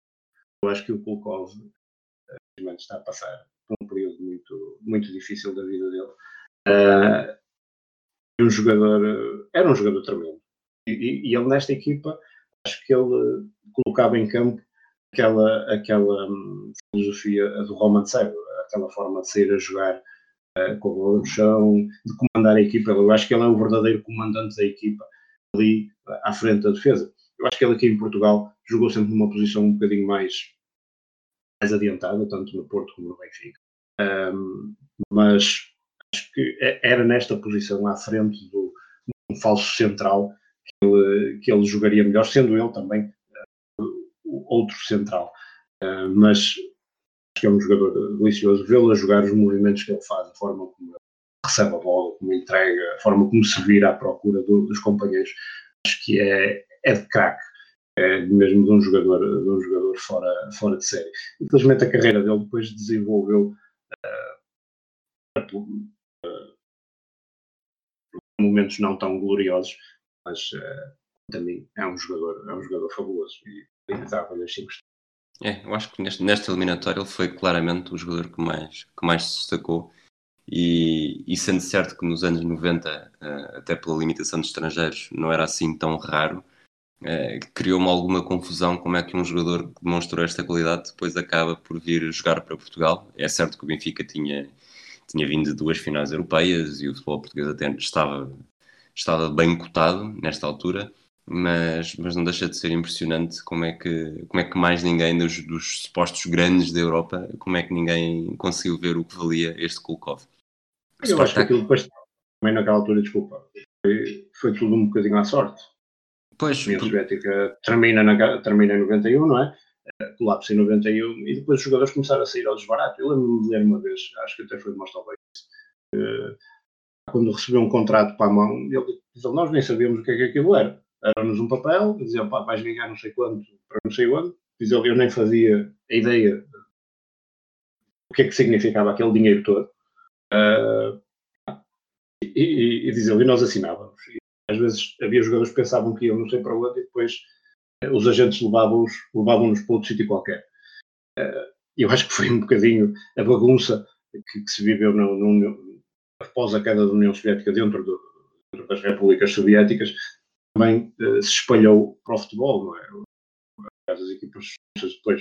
Eu acho que o Kulkov uh, está a passar por um período muito, muito difícil da vida dele. Uh, um jogador, era um jogador tremendo. E, e, e ele nesta equipa, acho que ele colocava em campo aquela, aquela um, filosofia do Romantsev, aquela forma de sair a jogar uh, com a bola no chão, de comandar a equipa. Eu acho que ele é o verdadeiro comandante da equipa ali uh, à frente da defesa. Eu acho que ele aqui em Portugal jogou sempre numa posição um bocadinho mais, mais adiantada, tanto no Porto como no Benfica. Um, mas acho que era nesta posição à frente do um falso central que ele, que ele jogaria melhor, sendo ele também uh, outro central. Uh, mas acho que é um jogador delicioso. Vê-lo a jogar, os movimentos que ele faz, a forma como ele recebe a bola, como entrega, a forma como se vira à procura do, dos companheiros, acho que é, é de craque. É mesmo de um jogador, de um jogador fora, fora de série. Infelizmente a carreira dele depois desenvolveu uh, momentos não tão gloriosos, mas uh, também é um jogador, é um jogador fabuloso e dava-lhe as cinco estrelas. É, eu acho que neste, nesta eliminatória ele foi claramente o jogador que mais, que mais se destacou. E, e sendo certo que nos anos noventa, uh, até pela limitação de estrangeiros, não era assim tão raro, uh, criou-me alguma confusão como é que um jogador que demonstrou esta qualidade depois acaba por vir jogar para Portugal. É certo que o Benfica tinha, tinha vindo de duas finais europeias e o futebol português até estava, estava bem cotado nesta altura, mas, mas não deixa de ser impressionante como é que, como é que mais ninguém dos, dos supostos grandes da Europa, como é que ninguém conseguiu ver o que valia este Kulkov. Eu acho que aquilo depois, também naquela altura, desculpa, foi, foi tudo um bocadinho à sorte. Pois, A União por... Soviética termina, na, termina em noventa e um, não é? Colapso em noventa e um, e depois os jogadores começaram a sair ao desbarato. Eu lembro-me de ler uma vez, acho que até foi de Mostar uh, quando recebeu um contrato para a mão, ele disse, nós nem sabíamos o que é que aquilo era. Era-nos um papel, dizia, pá, vais ganhar não sei quanto para não sei onde. Diz ele, eu nem fazia a ideia o que é que significava aquele dinheiro todo. Uh, e, e, e diz ele, e nós assinávamos. E, às vezes havia jogadores que pensavam que iam não sei para onde e depois uh, os agentes levavam-nos levavam para outro sítio qualquer. Uh, eu acho que foi um bocadinho a bagunça que, que se viveu no, no, após a queda da União Soviética dentro, do, dentro das repúblicas soviéticas, também uh, se espalhou para o futebol, não é? As equipas depois,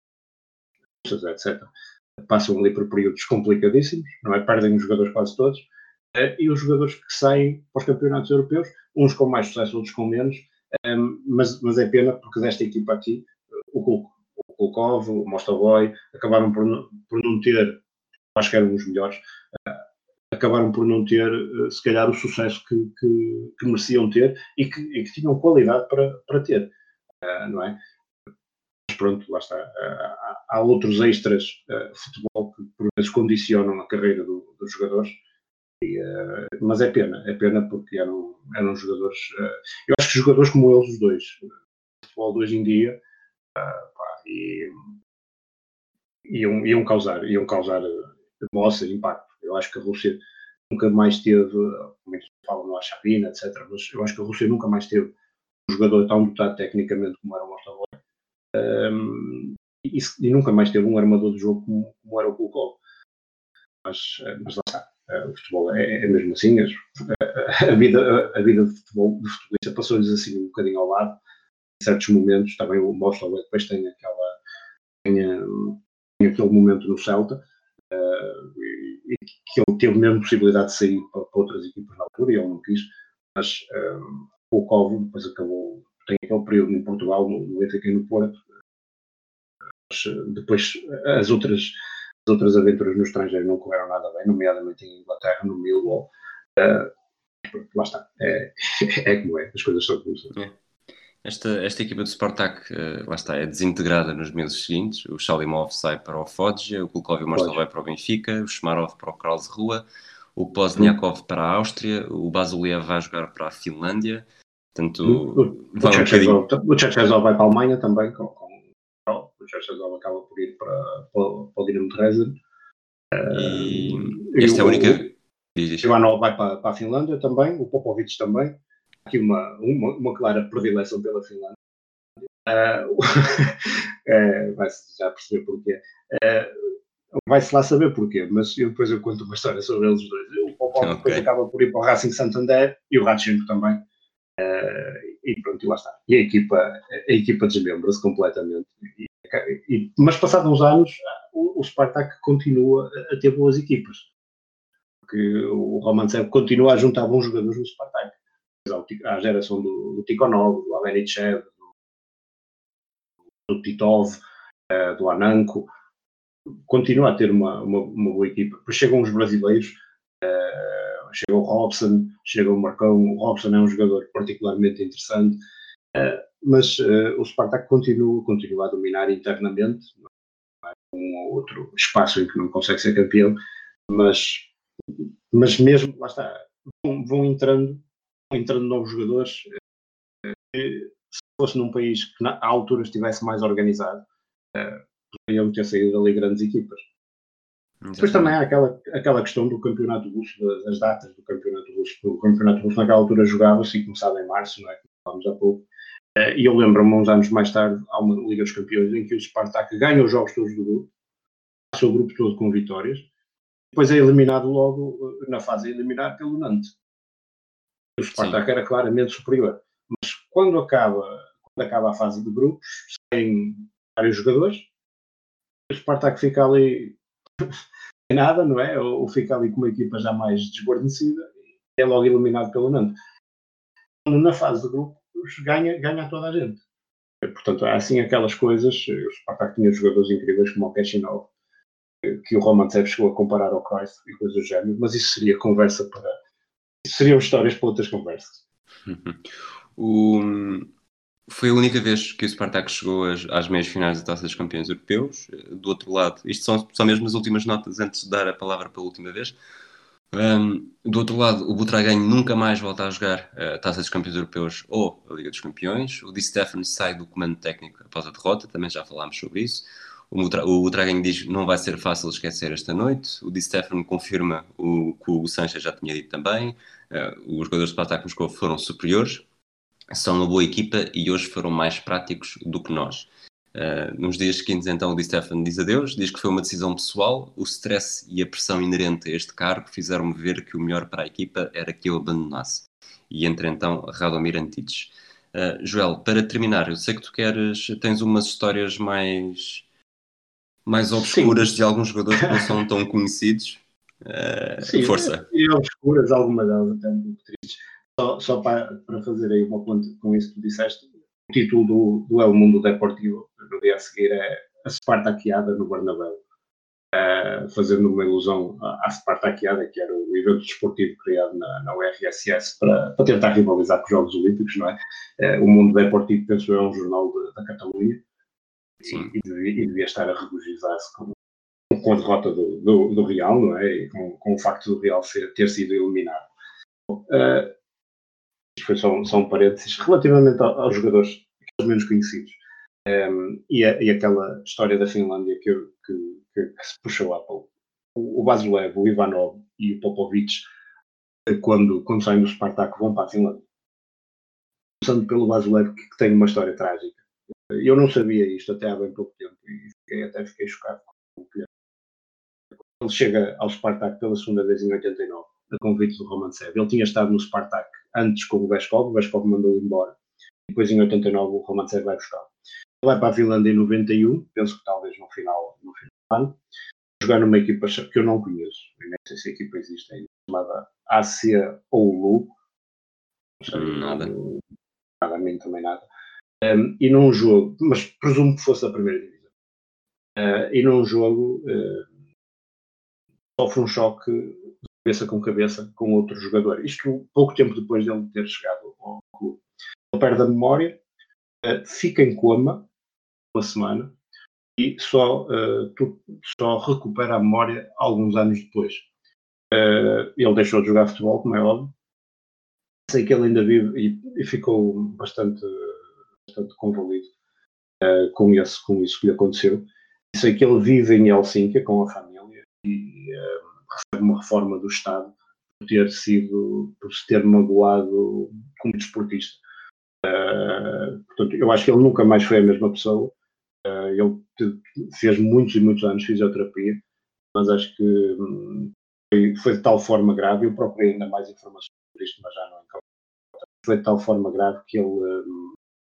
etcétera, passam ali por períodos complicadíssimos, não é? Perdem os jogadores quase todos, uh, e os jogadores que saem para os campeonatos europeus, uns com mais sucesso, outros com menos, um, mas, mas é pena porque desta equipa aqui, o Kulkov, o Kulkov, o Mostovoy, acabaram por, por não ter, acho que eram os melhores, uh, acabaram por não ter, uh, se calhar, o sucesso que, que, que mereciam ter e que, e que tinham qualidade para, para ter, uh, não é? Mas pronto, lá está. Uh, há outros extras uh, de futebol que por vezes condicionam a carreira do, dos jogadores, e, uh, mas é pena, é pena porque eram, eram jogadores, uh, eu acho que jogadores como eles, os dois, o futebol de hoje em dia, uh, pá, e, iam, iam causar, iam causar moça, impacto. Eu acho que a Rússia nunca mais teve, muitos falam no Arshavina, etcétera, mas eu acho que a Rússia nunca mais teve um jogador tão dotado tecnicamente como era o Mostovoy, um, e, e nunca mais teve um armador de jogo como, como era o Kulkov. Mas, mas lá está, o futebol é, é mesmo assim, a, a, vida, a, a vida de futebol, de futebolista passou-lhes assim um bocadinho ao lado, em certos momentos, também o Mostovoy depois tem aquela, tem, tem aquele momento no Celta, uh, e, e que ele teve mesmo possibilidade de sair para, para outras equipas na altura, e ele não quis, mas um, o Kulkov depois acabou, tem aquele período em Portugal, no, no Benfica e no Porto, mas depois as outras, as outras aventuras no estrangeiro não correram nada bem, nomeadamente em Inglaterra, no Millwall. Uh, lá está, é, é como é, as coisas são como são. É. Esta, esta equipa do Spartak, uh, lá está, é desintegrada nos meses seguintes. O Shalimov sai para o Foggia, o Kulkov e o Mostov vai para o Benfica, o Shmarov para o Karlsruhe, o Pozniakov hum. para a Áustria, o Basuliev vai jogar para a Finlândia. Portanto, hum. o, o Chechezov vai para a Alemanha também, com, com o Chechezov acaba por ir para, para, para o Dinamo Dresden. E uh, esta e é a única... O Ivanov vai para, para a Finlândia também, o Popovic também. Aqui uma, uma, uma clara predileção pela Finlândia. Uh, uh, vai-se já perceber porquê. Uh, vai-se lá saber porquê, mas eu, depois eu conto uma história sobre eles dois. O Popov okay. depois acaba por ir para o Racing Santander e o Radchenko também. Uh, e pronto, e lá está. E a equipa, a equipa desmembra-se completamente. E, e, mas passados uns anos, o, o Spartak continua a ter boas equipas. Porque o Romantsev continua a juntar bons jogadores no Spartak. À geração do, do Tikhonov, do Avenichev, do, do Titov, uh, do Ananko, continua a ter uma, uma, uma boa equipa. Depois chegam os brasileiros, uh, chega o Robson, chega o Marcão. O Robson é um jogador particularmente interessante, uh, mas uh, o Spartak continua, continua a dominar internamente, não é um ou outro espaço em que não consegue ser campeão, mas mas mesmo, lá está, vão, vão entrando, vão entrando novos jogadores. Se fosse num país que na altura estivesse mais organizado, poderiam ter saído ali grandes equipas. Depois também há aquela, aquela questão do campeonato russo, das datas do campeonato russo. O campeonato russo naquela altura jogava-se e começava em março, não é? Como falámos há pouco. E eu lembro-me, uns anos mais tarde, há uma Liga dos Campeões em que o Spartak ganha os jogos todos do grupo, passa o grupo todo com vitórias, depois é eliminado logo, na fase eliminar, pelo Nantes. O Spartak Sim. era claramente superior. Mas quando acaba, quando acaba a fase de grupos, saem vários jogadores, o Spartak fica ali sem nada, não é? Ou, ou fica ali com uma equipa já mais desguarnecida e é logo eliminado pelo Nantes. Na fase de grupos, ganha, ganha toda a gente. Portanto, há assim aquelas coisas. O Spartak tinha jogadores incríveis como o Kashinov, que o Romantsev chegou a comparar ao Christ e coisas do género, mas isso seria conversa para... Isso seriam histórias para outras conversas. o... Foi a única vez que o Spartak chegou às, às meias finais da Taça dos Campeões Europeus. Do outro lado, isto são só mesmo as últimas notas antes de dar a palavra pela última vez. Um, do outro lado, o Butragueño nunca mais volta a jogar a Taça dos Campeões Europeus ou a Liga dos Campeões. O Di Stefano sai do comando técnico após a derrota, também já falámos sobre isso. O Butragueño diz que não vai ser fácil esquecer esta noite. O Di Stefano confirma o que o Sanches já tinha dito também. Uh, os jogadores do Spartak Moscou foram superiores, são uma boa equipa e hoje foram mais práticos do que nós. Uh, nos dias seguintes, então, o Di Stefano diz adeus, diz que foi uma decisão pessoal, o stress e a pressão inerente a este cargo fizeram-me ver que o melhor para a equipa era que eu abandonasse. E entra então Radomir Antić. Uh, Joel, para terminar, eu sei que tu queres, tens umas histórias mais, mais obscuras Sim. de alguns jogadores que não são tão conhecidos. Uh, Sim, força. E obscuras, algumas delas até muito tristes. Só, só para, para fazer aí uma ponte com isso que tu disseste, o título do, do El Mundo Deportivo, no dia a seguir, é a Spartakiada no Bernabéu, uh, fazendo uma ilusão à Spartakiada, que era o evento desportivo criado na, na U R S S para, para tentar rivalizar com os Jogos Olímpicos, não é? Uh, o Mundo Deportivo, penso eu, é um jornal de, da Catalunha e, e, devia, e devia estar a regozijar-se com, com a derrota do, do, do Real, não é? E com, com o facto do Real ser, ter sido eliminado. Uh, Foi só, só um parênteses, relativamente aos jogadores aqueles menos conhecidos um, e, a, e aquela história da Finlândia que, que, que, que se puxou há pouco. O, o Vasilev, o Ivanov e o Popovic, quando, quando saem do Spartak, vão para a Finlândia. Começando pelo Vasilev, que, que tem uma história trágica. Eu não sabia isto até há bem pouco tempo e fiquei, até fiquei chocado com o que ele chega ao Spartak pela segunda vez em oitenta e nove, a convite do Romantsev. Ele tinha estado no Spartak antes com o Veskov, o Veskov mandou-o embora. Depois, em oitenta e nove, o Romantsev vai buscar. Ele vai para a Finlândia em noventa e um, penso que talvez no final, no final do ano, jogar numa equipa que eu não conheço, eu nem sei se a equipa existe ainda, chamada Ásia Oulu. Não sei, hum, nada. Não, nada a mim também nada. Um, e num jogo, mas presumo que fosse a primeira divisão. Uh, e num jogo, uh, sofre um choque cabeça com cabeça com outro jogador. Isto pouco tempo depois dele ter chegado ao clube. Ele perde a memória, uh, fica em coma uma semana e só, uh, tu, só recupera a memória alguns anos depois. Uh, ele deixou de jogar futebol, como é óbvio. Sei que ele ainda vive e, e ficou bastante, bastante convalido uh, com, esse, com isso que lhe aconteceu. E sei que ele vive em Helsínquia com a família e uh, recebe uma reforma do Estado por ter sido, por se ter magoado como desportista. Uh, portanto, eu acho que ele nunca mais foi a mesma pessoa. Uh, ele te, fez muitos e muitos anos de fisioterapia, mas acho que hum, foi, foi de tal forma grave, eu procurei ainda mais informações sobre isto, mas já não encontrei. Foi de tal forma grave que ele, hum,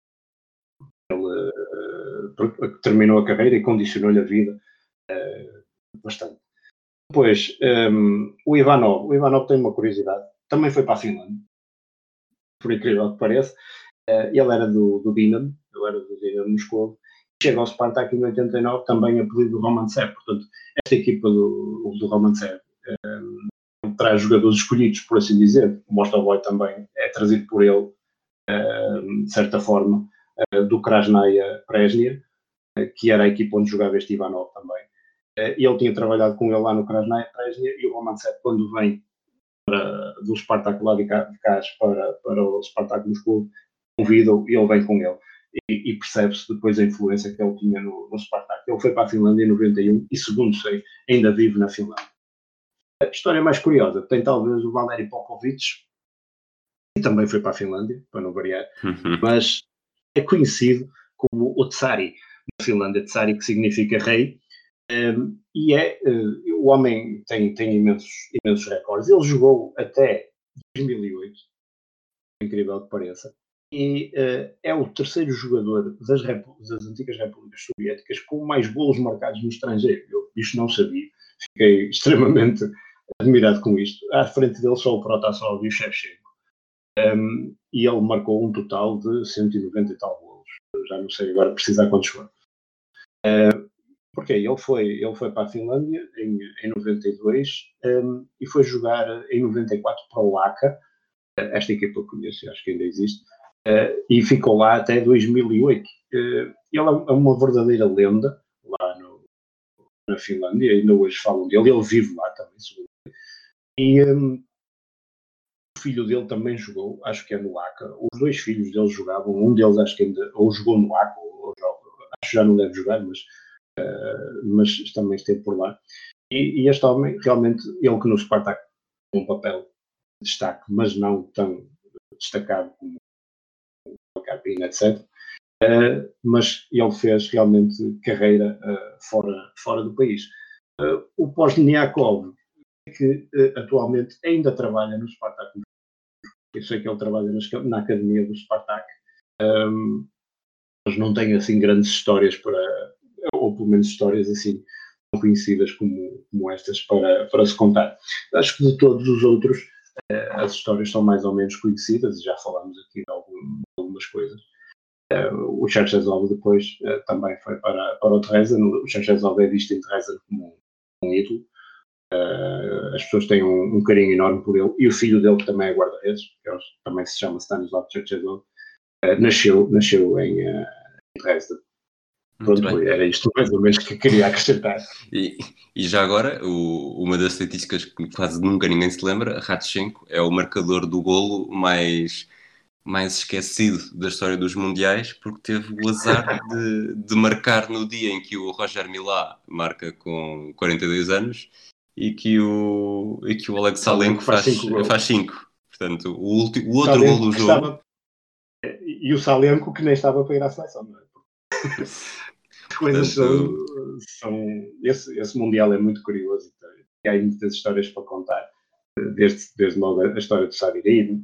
ele uh, terminou a carreira e condicionou-lhe a vida uh, bastante. Depois, um, o Ivanov. O Ivanov tem uma curiosidade. Também foi para a Finlândia, por incrível que pareça. Uh, ele era do, do Dinamo, ele era do Dinamo Moscou. Chega ao Spartak em oitenta e nove, também a pedido do Romantsev. Portanto, esta equipa do, do Romantsev um, traz jogadores escolhidos, por assim dizer. O Mostovoy também é trazido por ele, um, de certa forma, uh, do Krasnaya Presnia, uh, que era a equipa onde jogava este Ivanov também. Uh, ele tinha trabalhado com ele lá no Krasnaya Presnia e o Romantsev, quando vem para, do Spartak lá de Kaz para, para o Spartak Moscou, convida-o e ele vem com ele. e, e percebe-se depois a influência que ele tinha no, no Spartak. Ele foi para a Finlândia em noventa e um e, segundo sei, ainda vive na Finlândia. A história mais curiosa tem talvez o Valeri Popovic, que também foi para a Finlândia, para não variar, mas é conhecido como o Tsari, na Finlândia, Tsari que significa rei, um, e é, uh, o homem tem, tem imensos, imensos recordes. Ele jogou até dois mil e oito, incrível que pareça, e uh, é o terceiro jogador das, repu- das antigas repúblicas soviéticas com mais golos marcados no estrangeiro. Eu isto não sabia, fiquei extremamente admirado com isto. À frente dele só o Protasov e o Shevchenko. Um, e ele marcou um total de cento e noventa e tal golos. Já não sei agora precisar quantos foram. Uh, porque ele foi, ele foi para a Finlândia em, em noventa e dois um, e foi jogar em noventa e quatro para o Laka. Esta equipa eu conheço, acho que ainda existe. Uh, e ficou lá até dois mil e oito. Uh, ele é uma verdadeira lenda lá no, na Finlândia, ainda hoje falam dele. Ele vive lá também, segundo. E um, o filho dele também jogou, acho que é no Laka. Os dois filhos dele jogavam, um deles acho que ainda ou jogou no Laka, ou, ou acho que já não deve jogar, mas, uh, mas também esteve por lá. E, e este homem, realmente, ele que no Spartak tem um papel de destaque, mas não tão destacado como o Carpina, etcétera. Uh, mas ele fez realmente carreira uh, fora, fora do país. Uh, o Pozniakov, que uh, atualmente ainda trabalha no Spartak. Eu sei que ele trabalha na, na academia do Spartak, um, mas não tem assim grandes histórias para, ou pelo menos histórias assim tão conhecidas como, como estas para, para se contar. Acho que de todos os outros uh, as histórias são mais ou menos conhecidas e já falamos aqui de, algum, de algumas coisas. Uh, o Cherchesov depois uh, também foi para, para o Tereza. O Cherchesov é visto em Tereza como um ídolo. Uh, as pessoas têm um, um carinho enorme por ele, e o filho dele, que também é guarda-redes, que é, também se chama Stanislav Cherchesov, uh, nasceu, nasceu em, uh, em Dresden. Pronto, era isto mais ou menos que queria acrescentar. E, e já agora, o, uma das estatísticas que quase nunca ninguém se lembra, Radchenko é o marcador do golo mais, mais esquecido da história dos mundiais, porque teve o azar de, de marcar no dia em que o Roger Milá marca com quarenta e dois anos e que o, e que o Oleg Salenko faz cinco. Portanto, o, ulti, o outro gol do jogo... Estava... E o Salenko que nem estava para ir à seleção, não é? Coisas Portanto... são... são... Esse, esse Mundial é muito curioso e há muitas histórias para contar. Desde, desde logo a história do Sabirin,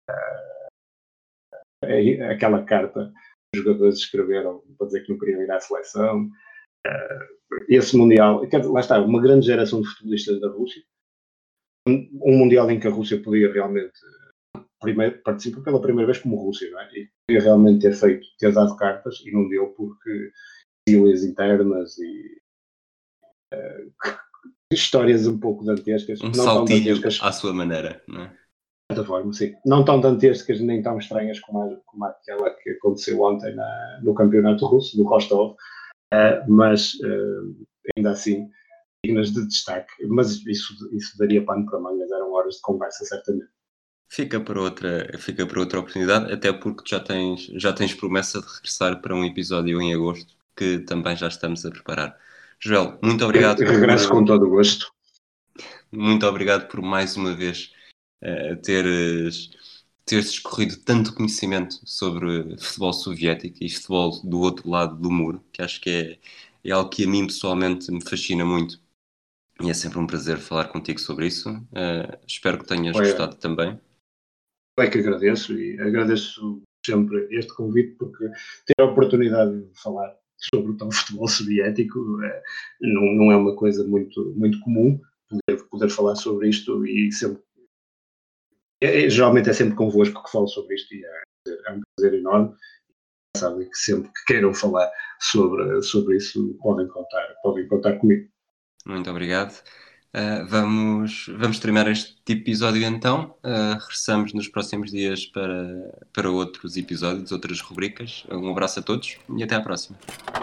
uh, aquela carta que os jogadores escreveram para dizer que não queriam ir à seleção. Uh, esse Mundial, lá está, uma grande geração de futebolistas da Rússia, um, um Mundial em que a Rússia podia realmente primeiro, participar pela primeira vez como Rússia, não é? E podia realmente ter feito, ter dado cartas, e não deu porque ilhas internas e uh, histórias um pouco dantescas. Um não saltilho tão dantescas, à sua maneira, não é? De certa forma, sim. Não tão dantescas nem tão estranhas como, a, como aquela que aconteceu ontem na, no campeonato russo, do Rostov, uh, mas uh, ainda assim dignas de destaque. Mas isso, isso daria pano para mangas, eram horas de conversa, certamente. Fica para outra, fica para outra oportunidade, até porque já tens, já tens promessa de regressar para um episódio em agosto, que também já estamos a preparar. Joel, muito obrigado. Eu regresso por, com todo o gosto. Muito obrigado por mais uma vez uh, teres, teres escorrido tanto conhecimento sobre futebol soviético e futebol do outro lado do muro, que acho que é, é algo que a mim pessoalmente me fascina muito. E é sempre um prazer falar contigo sobre isso. Uh, espero que tenhas Foi, gostado também. É que agradeço e agradeço sempre este convite, porque ter a oportunidade de falar sobre o tal futebol soviético é, não, não é uma coisa muito, muito comum, poder, poder falar sobre isto, e sempre, é, geralmente é sempre convosco que falo sobre isto, e é, é um prazer enorme. Sabem que sempre que queiram falar sobre, sobre isso podem contar, podem contar comigo. Muito obrigado. Uh, vamos, vamos terminar este episódio então. Uh, regressamos nos próximos dias para, para outros episódios, outras rubricas. Um abraço a todos e até à próxima.